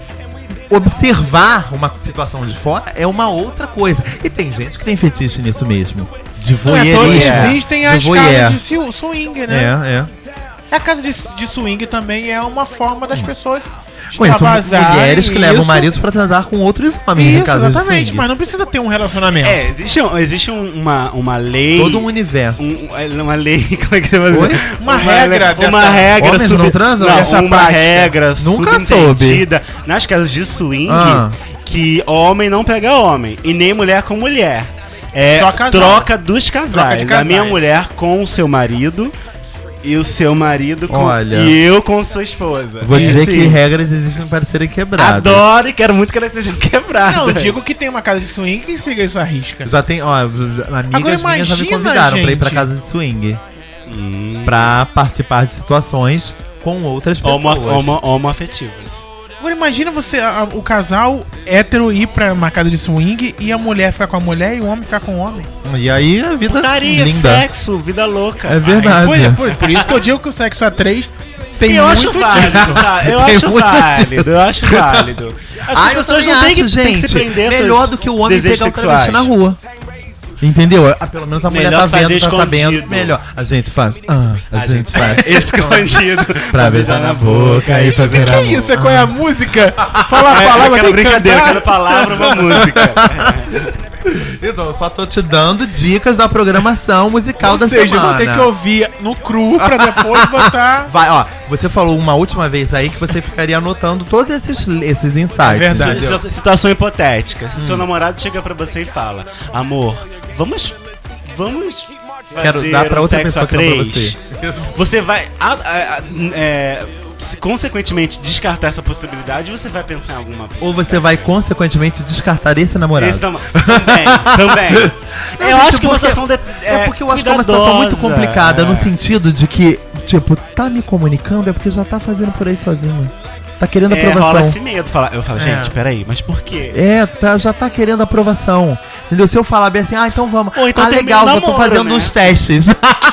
Observar uma situação de fora é uma outra coisa. E tem gente que tem fetiche nisso mesmo. De Não é à toa que voyeurismo. existem de as voyeur. casas de swi- swing, né? É, é. A casa de, de swing também é uma forma das pessoas Conheço extravasarem mulheres que levam isso. maridos pra transar com outros homens em Isso, casa de exatamente, swing. mas não precisa ter um relacionamento. É, existe, um- existe um- uma, uma lei... Todo um universo. um- uma lei, como é que eu vou dizer? Oi? Uma regra lei- Uma dessa- regra Homens não transam? Não, Essa uma prática. regra Nunca subentendida nas casas de swing Ah. que homem não pega homem e nem mulher com mulher. É Só casal. troca dos casais. Troca de A casais. minha mulher com o seu marido e o seu marido com Olha. e eu com sua esposa. Vou E dizer assim, que regras existem para serem quebradas. adoro e quero muito que elas sejam quebradas. Não, eu digo que tem uma casa de swing que siga isso à risca. Já tem, ó, amigas Agora minhas já me imagina, convidaram pra ir pra gente. casa de swing. Hum. Pra participar de situações com outras pessoas. Homo, homo, homoafetivas. Agora imagina você, a- a- o casal hétero ir pra uma casa de swing e a mulher ficar com a mulher e o homem ficar com o homem. E aí a vida Putaria, linda. sexo, vida louca. É verdade. Por, por- por isso que eu digo que o sexo a três tem eu muito acho válido, disso. sabe? Eu Tem acho muito válido, disso. eu acho válido. Acho que Ah, as eu pessoas também não têm que, acho, têm que gente, se prender aos melhor seus do que o homem desejos pegar o travesti sexuais. na rua. Entendeu? Ah, pelo menos a mulher Melhor tá vendo, fazer tá sabendo. escondido. Melhor. A gente faz. Ah, a, A gente, gente faz. escondido Pra beijar na boca e fazer Que amor. isso? É qual é a música? Fala a É, palavra, aquela tem que brincadeira, cantar. cada palavra uma música. Então, eu só tô te dando dicas da programação musical Ou da seja, eu semana. vou ter que ouvir no cru pra depois botar... Vai, ó, você falou uma última vez aí que você ficaria anotando todos esses, esses insights. É verdade. entendeu? Situ- Situação hipotética. Se seu namorado chega pra você e fala: amor, vamos. Vamos. Quero fazer dar pra um outra sexo pessoa a que não pra três?" você. Você vai. a- a- a- é, se, consequentemente, descartar essa possibilidade, você vai pensar em alguma Ou possibilidade. você vai, consequentemente, descartar esse namorado. Esse tam- também, também. Não, eu gente, acho que uma porque- situação de, É porque eu acho que é uma situação muito cuidadosa, complicada, é. no sentido de que, tipo, tá me comunicando é porque já tá fazendo por aí sozinho. Tá querendo É, rola aprovação. esse medo. Fala, eu falo, É. gente, peraí, mas por quê? É, tá, já tá querendo aprovação. Entendeu? Se eu falar bem assim, ah, então vamos. Ou então ah, termina legal, o já tô namoro, fazendo né? uns testes.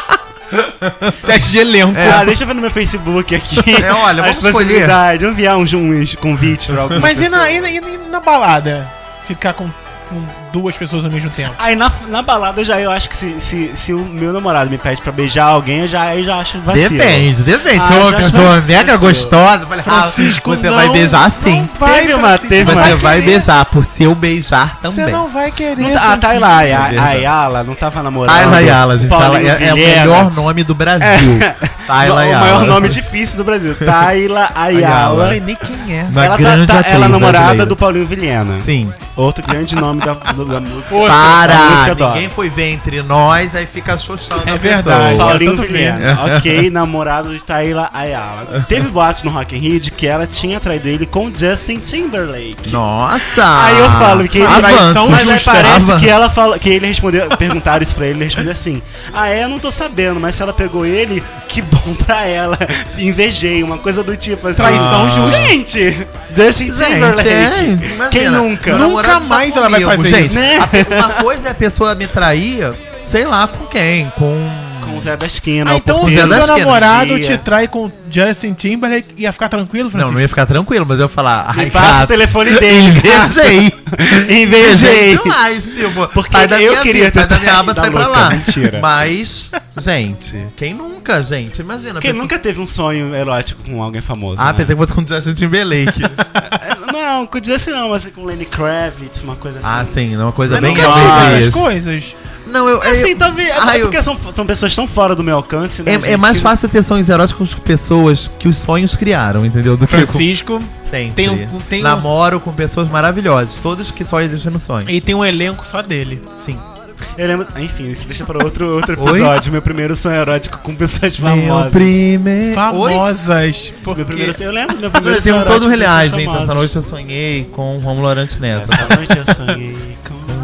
Teste de elenco. Ah, deixa eu ver no meu Facebook aqui. É, olha, as vamos escolher. possibilidades, enviar uns, uns convites pra algumas Mas e na, pessoas. e, na, e na balada? Ficar com, com duas pessoas ao mesmo tempo. Aí na, na balada já eu acho que se, se, se o meu namorado me pede pra beijar alguém, eu já, eu já acho vacilo. Depende, depende. Ah, Se é uma já pessoa acho mega vacilo. gostosa, eu falei, ah, Francisco, você não, vai beijar sim. não vai, Teve uma- Francisco, teve não uma- Você vai querer. beijar por se eu beijar também. Você não vai querer. Não tá, a Francisco. Tayla, a, É a verdade. Ayala não tava namorando. Tayla Ayala, gente. Ela Paulinho é, é o Vilhena. melhor nome do Brasil. Tayla O Ayala. maior nome difícil do Brasil. Tayla Não Ayala. sei nem quem é. Uma Ela, tá, grande tá, atriz ela é namorada brasileira. do Paulinho Vilhena. Sim. Outro grande nome da, do- da música. Outra. da Para! música dó. Ninguém foi ver entre nós, aí fica xoxando É a verdade. pessoa. Paulinho tanto Vilhena. Ok, namorado de Tayla Ayala. Teve boatos no Rock in Rio de que ela tinha traído ele com Justin Timberlake. Nossa! Aí eu falo que ele Avanços, mas aí justa. parece Avanços. que ela fala, que ele respondeu, perguntaram isso pra ele, ele respondeu assim: "Ah, é, eu não tô sabendo, mas se ela pegou ele, que bom pra ela. Invejei, uma coisa do tipo assim. Traição justa. Gente, Justin Gente, Timberlake. é, imagina, Quem nunca? meu Nunca namorado tá mais ela vai comigo, fazer gente, isso. Né? a pe- Uma coisa é a pessoa me trair, sei lá com quem, com... Com o Zé da Esquina, Ah, o então o porteiro Zé seu das Esquinas. namorado Dia. te trai com Justin Timberlake ia ficar tranquilo, Não, Francisco? não ia ficar tranquilo, mas eu ia falar... Me Ai, passa cara, o telefone dele. invejei. Invejei. demais, tipo, Porque sai da eu minha queria vida, sai ter da minha aba, traído sai a pra louca, lá. mentira. Mas, gente, quem nunca, gente? Imagina. a Quem pessoa- nunca teve um sonho erótico com alguém famoso? Ah, né? pensei que fosse com o Justin Timberlake. É, Não, com o Justin não, mas com Lenny Kravitz, uma coisa assim. ah, sim, uma coisa Mas bem nunca Nunca tive Ah, essas isso. coisas. Não, eu... eu Assim, talvez. Ah, é eu- porque são, são pessoas tão fora do meu alcance, né? É, é gente, mais que- fácil ter sonhos eróticos com pessoas que os sonhos criaram, entendeu? Do que com... Francisco. Sempre. Tem um- tem um- Namoro com pessoas maravilhosas, todos que só existem no sonho. E tem um elenco só dele. Sim. Eu lembro. Enfim, isso deixa pra outro, outro Oi? episódio. Meu primeiro sonho erótico com pessoas Meu famosas. primeiro... Oi? Famosas. Meu Porque... primeiro sonho, eu lembro do meu primeiro Eu tenho sonho todo um erótico com reliagem, pessoas gente. Essa famosas. noite eu sonhei com o Romulo Arantes Neto. Essa noite eu sonhei com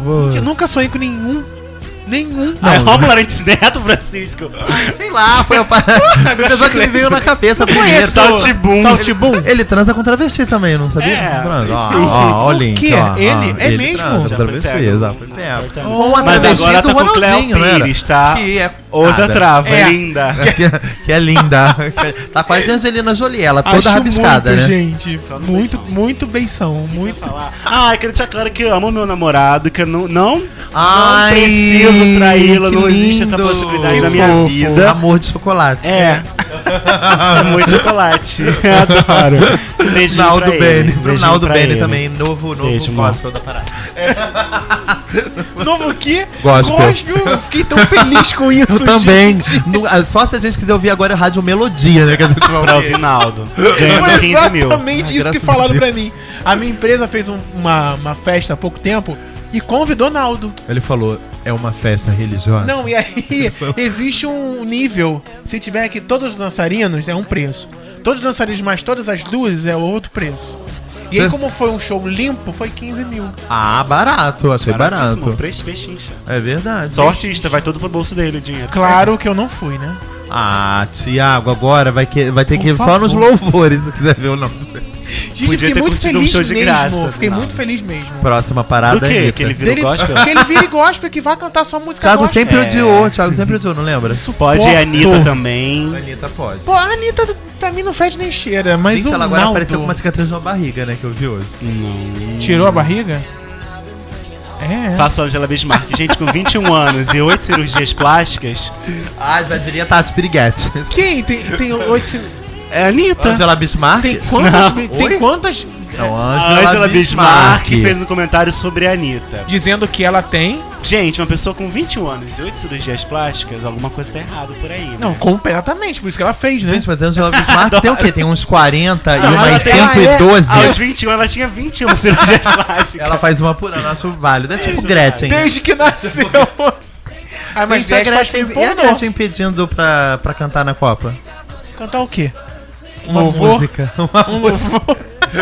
você. Eu nunca sonhei com nenhum. Nenhum. Ah, Rômulo Arantes Neto, Francisco. Sei lá, foi a pessoa que me veio na cabeça primeiro. Saltibum. Saltibum. Ele transa com travesti também, não sabia? É. Transa. Ó, ó, ó, o link, quê? ó, ó. Ele? É mesmo? transa Já com foi travesti, pego. exato. Foi pego. Oh, Com a Mas travesti agora do tá com Cléo Ronaldinho, né? Pires, tá? Que é Outra cara. trava, É. linda. Que, que é linda. Tá quase Angelina Jolie, ela toda Acho rabiscada, muito, né? gente. Muito, muito beição. Muito. Falar. Ah, eu quero deixar claro que eu amo meu namorado, que eu não, não, Ai, não preciso traí-lo, que não existe essa lindo. possibilidade Que na minha fofo. vida. Amor de chocolate. É. Muito chocolate. Adoro. Beijinho Naldo pra Bene. ele. Pro Beijinho Naldo pra Bene ele. também, novo, novo Beijo, amor. gospel da parada. Novo o quê? Gospel. Eu fiquei tão feliz com isso. Eu também. No- ah, só se a gente quiser ouvir agora a Rádio Melodia, né? Que a gente vai Pra ouvir. ouvir Naldo. Foi Ganhando quinze mil. exatamente Ah, isso que graças a falaram Deus. pra mim. A minha empresa fez um- uma, uma festa há pouco tempo e convidou Naldo. Ele falou, é uma festa religiosa. Não, e aí existe um nível. Se tiver aqui todos os dançarinos, é um preço. Todos os dançarinos mais todas as luzes é outro preço. E aí, Você- como foi um show limpo, foi quinze mil. Ah, barato, achei Baratíssimo, barato. preço pechincha. É verdade. Só artista, vai todo pro bolso dele o dinheiro. Claro que eu não fui, né? Ah, Thiago, agora vai, que, vai ter Por que ir só favor. nos louvores, se quiser ver o nome. Gente, Podia fiquei ter muito curtido um feliz show de mesmo. graça, fiquei não. muito feliz mesmo. Próxima parada Do é quê? Anitta. Que ele virou Dele, gospel? que ele vire gospel que vai cantar sua música Thiago gospel. sempre É. odiou, Thiago sempre odiou, não lembra? Pode ir a Anitta Suporto. também. Anitta pode. Pô, a Anitta pra mim não fede nem cheira, mas Gente, o ela agora Naldo apareceu com uma cicatriz na barriga, né, que eu vi hoje. Não. tirou a barriga? É. Faço a Angela Bismarck. Gente, com vinte e um anos e oito cirurgias plásticas. Ah, já diria Tati Piriguete. Quem? Tem, tem oito... É a Anitta. Angela Bismarck? Tem quantas... Não. Tem Oi? quantas... Não, A Angela, Angela Bismarck Bismarck. fez um comentário sobre a Anitta. Dizendo que ela tem... Gente, uma pessoa com vinte e um anos e oito cirurgias plásticas, alguma coisa tá errada por aí. Né? Não, completamente, por isso que ela fez, né? Gente, mas a Angela Bismarck tem o quê? Tem uns quarenta Não, e ela umas tem- cento e doze. Aos vinte e um, ela tinha vinte e uma cirurgias plásticas. Ela faz uma por ano, acho válido. É tipo Isso, Gretchen. Desde que nasceu. Ah, mas Gente, a Gretchen faz Gretchen, filme e a pornô. Gretchen pedindo pra, pra cantar na Copa? Cantar o quê? Uma Louvor? música. Uma Um música. louvor.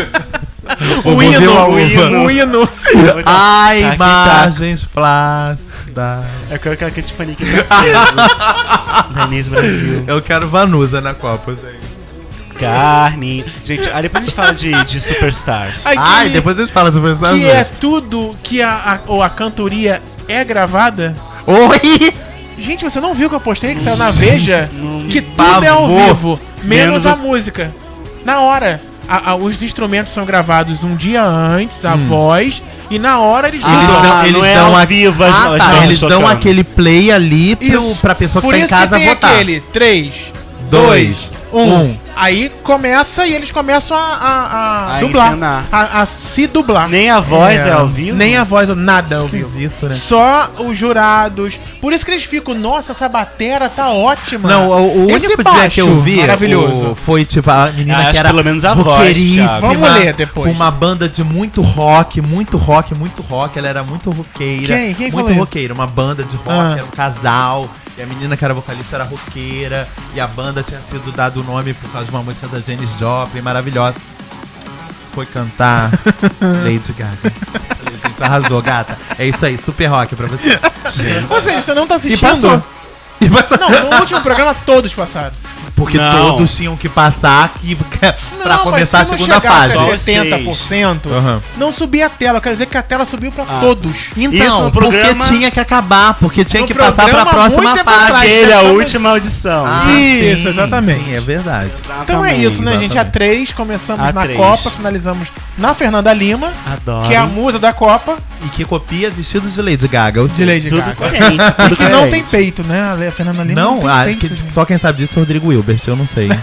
O O hino, a o uva. hino, o hino. Ai, Tac, imagens plásticas. Eu quero aquela Tiffany que tá acesa. Da Inês Brasil. Eu quero Vanusa na Copa, gente. Carne. Gente, aí depois a gente fala de, de superstars. Aquele Ai, depois a gente fala sobre essa que é tudo que a, a, ou a cantoria é gravada. Oi! Gente, você não viu que eu postei que saiu na Veja? Não. Que tudo é ao Pavor. vivo, menos Menos a o- música. Na hora. A- a- os instrumentos são gravados um dia antes, a voz, e na hora eles Hum. Eles gravaram. dão- eles não é dão ao a- vivo as, Ah, as tá. bandas Eles dão tocando. aquele play ali pro, Isso. pra pessoa que Por tá em isso casa que tem votar. aquele três, Dois, dois, um. um. Aí começa e eles começam a, a, a A dublar. encenar. A, a se dublar. Nem a voz é, ao vivo? Nem a voz, nada é ao vivo. Esquisito, né? Só os jurados. Por isso que eles ficam, nossa, essa batera tá ótima. Não, o, o Esse único dia baixo, que eu vi maravilhoso. o- foi tipo a menina Ah, que acho era pelo menos a voz, roqueiríssima, Thiago. Vamos ler depois. com uma banda de muito rock, muito rock, muito rock. Ela era muito roqueira. Quem? Quem muito falou roqueira. Uma banda de rock, Ah. era um casal. E a menina que era vocalista era roqueira. E a banda tinha sido dado o nome por causa de uma música da Janis Joplin, maravilhosa. Foi cantar Lady Gaga. Falei, gente, arrasou, gata. É isso aí, super rock pra você. Ou seja, você não tá E assistindo. passou. E passou. Não, no último programa todos passaram. Porque Não. todos tinham que passar aqui pra Não, começar a mas se segunda não chegasse fase. Só a setenta por cento, Aham. não subia a tela. Quer dizer que a tela subiu pra Ah. todos. Então, Isso no porque programa- tinha que acabar, porque tinha No que passar pra programa, próxima muito tempo fase. atrás. Aquele é a Estamos- última audição. Ah, Isso, sim, exatamente. Sim, é verdade. Então é isso, né, exatamente. gente? A três, começamos A na três. Copa, finalizamos na Fernanda Lima, Adoro. que é a musa da Copa, E que copia vestidos de Lady Gaga. ou de seja, Lady Tudo Gaga. coerente. E Tudo que não coerente. tem peito, né? A Fernanda Lima não, Não, tem ah, peito. que- gente. só quem sabe disso é o Rodrigo Hilbert, eu não sei.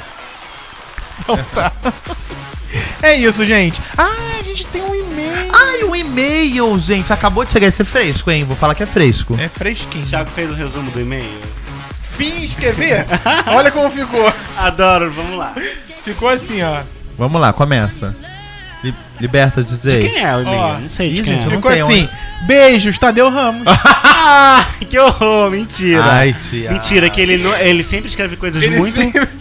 É isso, gente. Ah, a gente tem um e-mail. Ai, o e-mail, gente, acabou de chegar. Esse é fresco, hein? Vou falar que é fresco. É fresquinho. O Thiago fez o resumo do e-mail. Fiz, quer ver? Olha como ficou. Adoro, vamos lá. Ficou assim, ó. Vamos lá, começa. Li- Liberta, D J. De quem é o e-mail? Ó. Não sei de Ih, quem gente, eu é. não Ficou sei assim. Beijos, Tadeu Ramos. Ah, que horror, mentira. Ai, tia. Mentira, que ele, não- ele sempre escreve coisas Ele muito, sempre-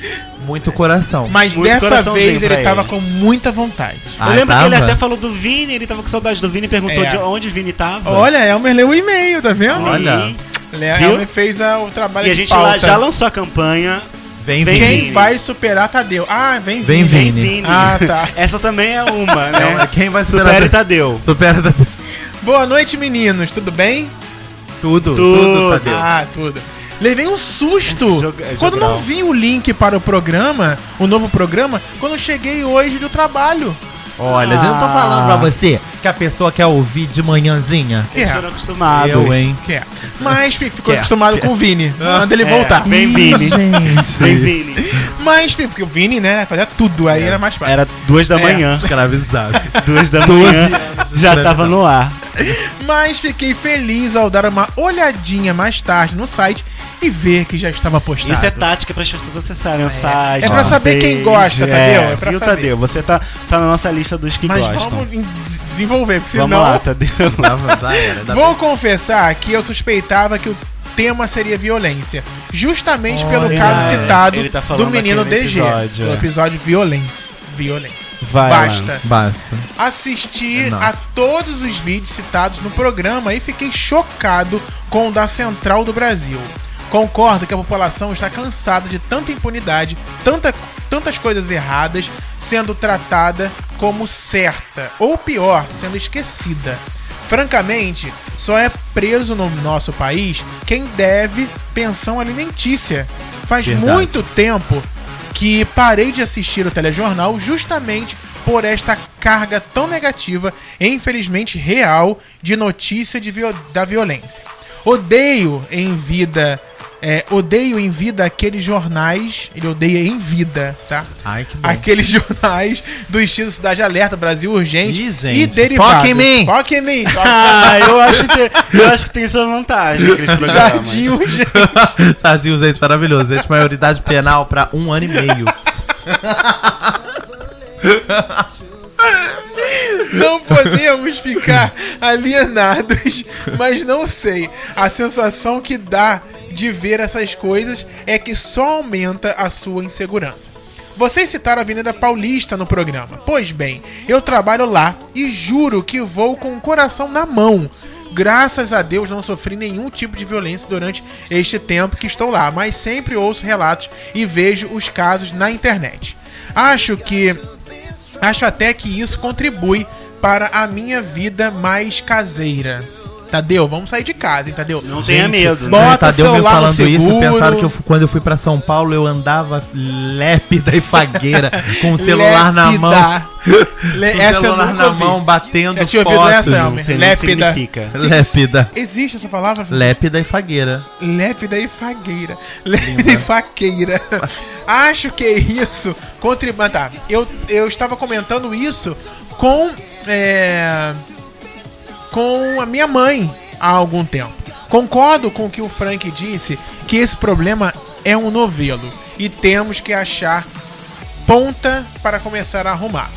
Muito coração. Mas Muito dessa coraçãozinho vez ele pra tava ele. com muita vontade. Eu Ah, lembro que ele tava? até falou do Vini, ele tava com saudade do Vini e perguntou É. de onde o Vini tava. Olha, Elmer leu o e-mail, tá vendo? Olha. Le- Viu? Elmer fez a- o trabalho E a de gente lá pauta. já lançou a campanha. Vem, Vem, vem. Quem Vini. vai superar Tadeu? Ah, vem Vem, Vini. Vini. Vini. Ah, tá. Essa também é uma, Não, né? quem vai superar? Supere Tadeu. Supera Tadeu. Boa noite, meninos. Tudo bem? Tudo, tudo, Tudo. Tadeu. Ah, tudo. Levei um susto Joga- é quando jogral. não vi o link para o programa, o novo programa, quando eu cheguei hoje do trabalho. Olha, a gente não tô falando pra você que a pessoa quer ouvir de manhãzinha. Eles É. foram acostumados. Eu, hein? Quer. Mas fi- ficou Quer, acostumado quer. com o Vini. Manda ele É, voltar. Vem, Vini. Gente. Vem, Vini. Mas fi- porque o Vini, né, fazia tudo, aí era mais fácil. Era duas da É. manhã. Escravizado. Duas da doze manhã. anos de Já escravidão. tava no ar. Mas fiquei feliz ao dar uma olhadinha mais tarde no site e ver que já estava postado. Isso é tática para as pessoas acessarem o site. É pra saber quem gosta, Tadeu, é pra viu, saber. Tadeu? Você tá, tá na nossa lista dos que Mas gostam. vamos em- desenvolver, porque Vamos senão... lá, Tadeu. Tava, já era, ainda Vou confessar que eu suspeitava que o tema seria violência. Justamente pelo Olha, caso citado ele tá falando do menino aqui no D G. episódio, Do é. episódio violência. Violência. Vai, Basta. Lance. Basta. Assisti Não. a todos os vídeos citados no programa e fiquei chocado com o da Central do Brasil. Concordo que a população está cansada de tanta impunidade, tanta, tantas coisas erradas sendo tratada como certa, ou pior, sendo esquecida. Francamente, só é preso no nosso país quem deve pensão alimentícia. Faz Verdade. muito tempo que parei de assistir o telejornal justamente por esta carga tão negativa e infelizmente real de notícia de viol- da violência. Odeio em vida, é, odeio em vida aqueles jornais, ele odeia em vida, tá? Ai, que bom. Aqueles jornais do estilo Cidade Alerta, Brasil Urgente Ih, gente, e derivados. foca em mim! Foca em mim! Ah, eu acho, que, eu acho que tem sua vantagem aqueles programas. Jardim Urgente. Tadinho, gente, maravilhoso. Gente, maioridade penal pra um ano e meio. Não podemos ficar alienados, mas não sei. A sensação que dá de ver essas coisas é que só aumenta a sua insegurança. Vocês citaram a Avenida Paulista no programa. Pois bem, eu trabalho lá e juro que vou com o coração na mão. Graças a Deus não sofri nenhum tipo de violência durante este tempo que estou lá, mas sempre ouço relatos e vejo os casos na internet. Acho que Acho até que isso contribui para a minha vida mais caseira. Tadeu, vamos sair de casa, hein, Tadeu? Não tenha medo, né? bota O Tadeu o me celular no falando isso, seguro. pensaram que eu, fu- quando eu fui pra São Paulo eu andava lépida e fagueira, com o celular na mão. Le- Com o essa eu celular nunca na ouvi. mão, batendo Eu tinha ouvido fotos. essa, Não Elmer. sei nem o que Lépida. significa. Lépida. Existe essa palavra? Lépida e fagueira. Lépida e fagueira. Lépida e faqueira. Acho que isso contribui. Tá, eu, eu estava comentando isso com. É, com a minha mãe há algum tempo. Concordo com o que o Frank disse, que esse problema é um novelo e temos que achar ponta para começar a arrumar.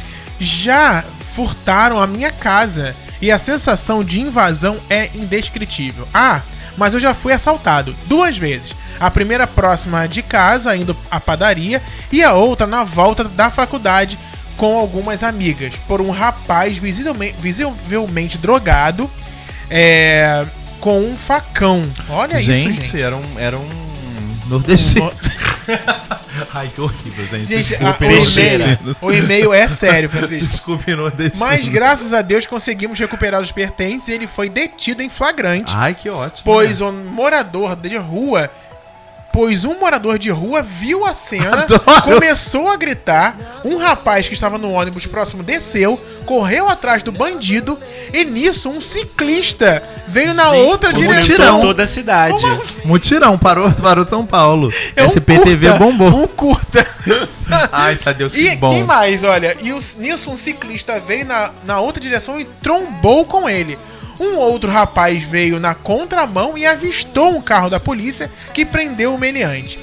Já furtaram a minha casa e a sensação de invasão é indescritível. Ah, mas eu já fui assaltado duas vezes. A primeira próxima de casa, indo à padaria, e a outra na volta da faculdade com algumas amigas, por um rapaz visivelmente, visivelmente drogado, é, com um facão. Olha gente, isso, gente. era um, era um nordestino. Um- Ai, que horrível, gente. Gente, a- Desculpe, o, Peixeira. e-mail, o e-mail é sério, Francisco. Desculpe, nordestino. Mas graças a Deus conseguimos recuperar os pertences e ele foi detido em flagrante. Ai, que ótimo. Pois né? um morador de rua. Pois um morador de rua viu a cena, Adoro. começou a gritar. Um rapaz que estava no ônibus próximo desceu, correu atrás do bandido. E nisso, um ciclista veio na Gente, outra um direção. mutirão. toda a cidade. Mutirão, parou, parou São Paulo. É um S P T V curta, bombou. Um curta. Ai, Tadeu, que E bom. quem mais? Olha, e o, nisso um ciclista veio na, na outra direção e trombou com ele. Um outro rapaz veio na contramão e avistou um carro da polícia que prendeu o meliante.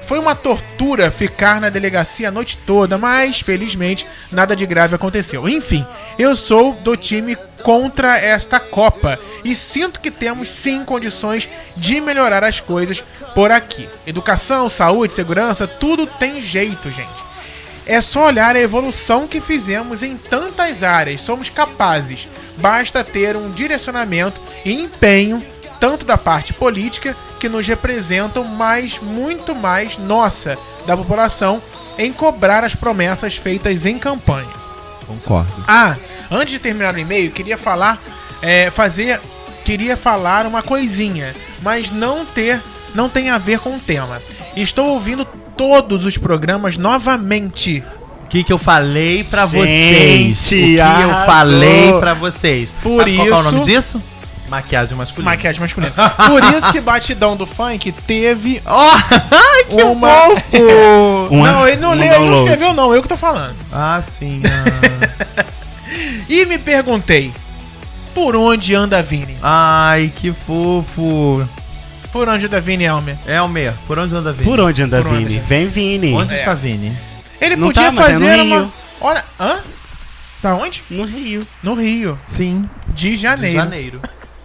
foi uma tortura ficar na delegacia a noite toda, mas felizmente nada de grave aconteceu. Enfim, eu sou do time contra esta Copa e sinto que temos sim condições de melhorar as coisas por aqui. Educação, saúde, segurança, tudo tem jeito, gente. É só olhar a evolução que fizemos em tantas áreas. Somos capazes. Basta ter um direcionamento e empenho, tanto da parte política, que nos representam, mas muito mais nossa, da população, em cobrar as promessas feitas em campanha. Concordo. Ah, antes de terminar o e-mail, queria falar, é, fazer, queria falar uma coisinha, mas não ter, não tem a ver com o tema. Estou ouvindo todos os programas novamente. O que, que eu falei pra Gente, vocês? O que eu arrasou. falei pra vocês? Por Sabe qual que é o isso- nome disso? Maquiagem masculina. Maquiagem masculina. Por isso que Batidão do Funk teve Oh, ai, que uma... fofo! Um não, ele não, um leu, ele não download. escreveu não, eu que tô falando. Ah, sim. ah. E me perguntei, por onde anda a Vini? Ai, que fofo. Por onde anda a Vini, Elmer? Elmer, por onde anda Vini? Por onde anda Por onde, Vini? gente? Vem Vini. Onde É. está Vini? Ele Não podia tá, mas é no fazer uma... Rio. Olha, hã? Tá onde? No Rio. No Rio, Sim, de de janeiro. janeiro.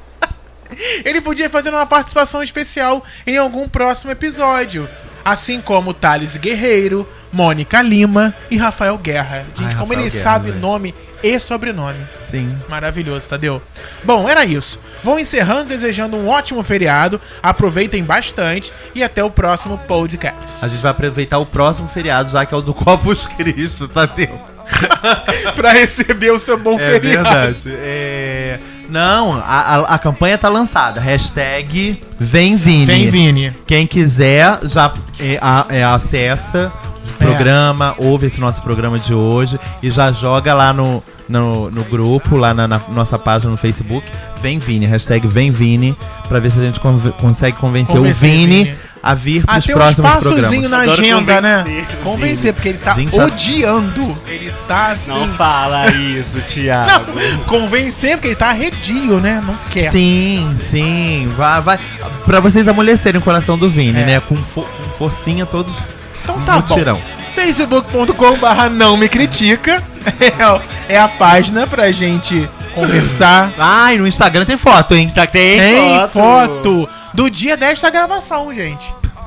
Ele podia fazer uma participação especial em algum próximo episódio. Assim como Thales Guerreiro, Mônica Lima e Rafael Guerra. Gente, Ai, como Rafael ele Guerra, sabe velho. nome e sobrenome. Sim. Maravilhoso, Tadeu. Bom, era isso. Vou encerrando desejando um ótimo feriado. Aproveitem bastante e até o próximo podcast. A gente vai aproveitar o próximo feriado, já que é o do Corpus Christi, Tadeu. Pra receber o seu bom É feriado. verdade. É... Não, a, a, a campanha tá lançada. Hashtag Vem Vini. Vem, Vini. Quem quiser já é, a- é, acessa o programa, ouve esse nosso programa de hoje e já joga lá no, no, no grupo, lá na, na nossa página no Facebook. Vem Vini, hashtag Vem Vini, pra ver se a gente conve- consegue convencer, Convencer o Vini, Vini. a vir Ah, pros tem um próximos espaçozinho programas. na Adoro agenda, né? convencer o Convencer, porque ele tá Gente, já- odiando. Ele tá assim... Não fala isso, Thiago. Não, convencer, porque ele tá arredio, né? Não quer. Sim, sim, vai, vai. Pra vocês amolecerem o coração do Vini, É. né? Com, fo- com forcinha todos Então tá bom. mutirão. facebook ponto com barra não me critica é, é a página pra gente conversar. Ah, e no Instagram tem foto, hein? Tá, tem, Tem foto. foto do dia desta gravação, gente.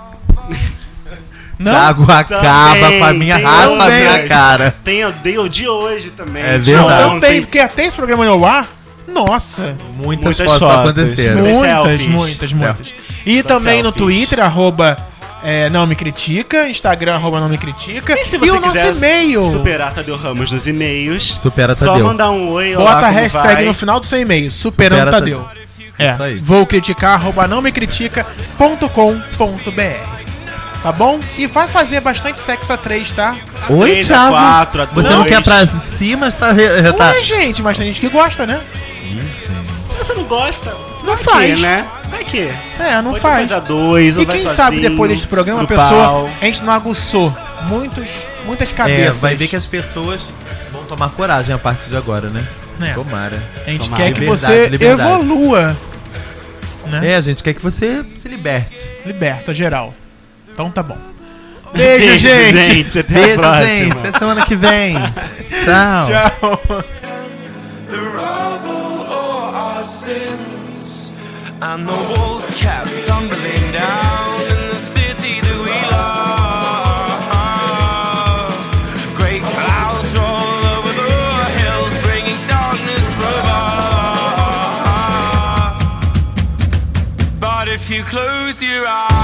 Não? Thiago acaba Também, com a minha tem raça também. na cara. Tem o Day de hoje também. É de verdade. Não, ontem. tem, porque até esse programa no ar, nossa, Muitas, Muitas fotos fotos. aconteceram. Também muitas, selfies. muitas, muitas. Selfies. E Só também no selfies. Twitter, arroba é, não me critica, Instagram, arroba não me critica. E se você o quiser nosso e-mail. superar Tadeu Ramos nos e-mails, Supera só Tadeu. mandar um oi lá Bota a como hashtag vai. no final do seu e-mail, superando Supera Tadeu. É, Isso aí. vou criticar, arroba não me critica ponto com ponto b r. Tá bom? E vai fazer bastante sexo a três, tá? Oi, três, a Thiago. quatro, a Você não dois. quer pra cima? Está, já tá. Ué, gente, mas tem gente que gosta, né? Se você não gosta, Não vai faz. Que, né? Vai que. É, não Pode faz. fazer a dois, ou E vai quem sozinho, sabe depois desse programa, a grupal. pessoa, a gente não aguçou muitos, muitas É, cabeças. vai ver que as pessoas vão tomar coragem a partir de agora, né? É. Tomara. A gente Tomara. quer que Liberdade, você liberdade. evolua. Né? É, a gente quer que você se liberte. Liberta, geral. Então tá bom. Beijo, Beijo, gente. gente. Até a Beijo, próxima. gente. Até semana que vem. Tchau. Tchau. The rubble or our sins, and the walls kept tumbling down in the city that we love. Great clouds roll over the hills, bringing darkness from above. But if you close your eyes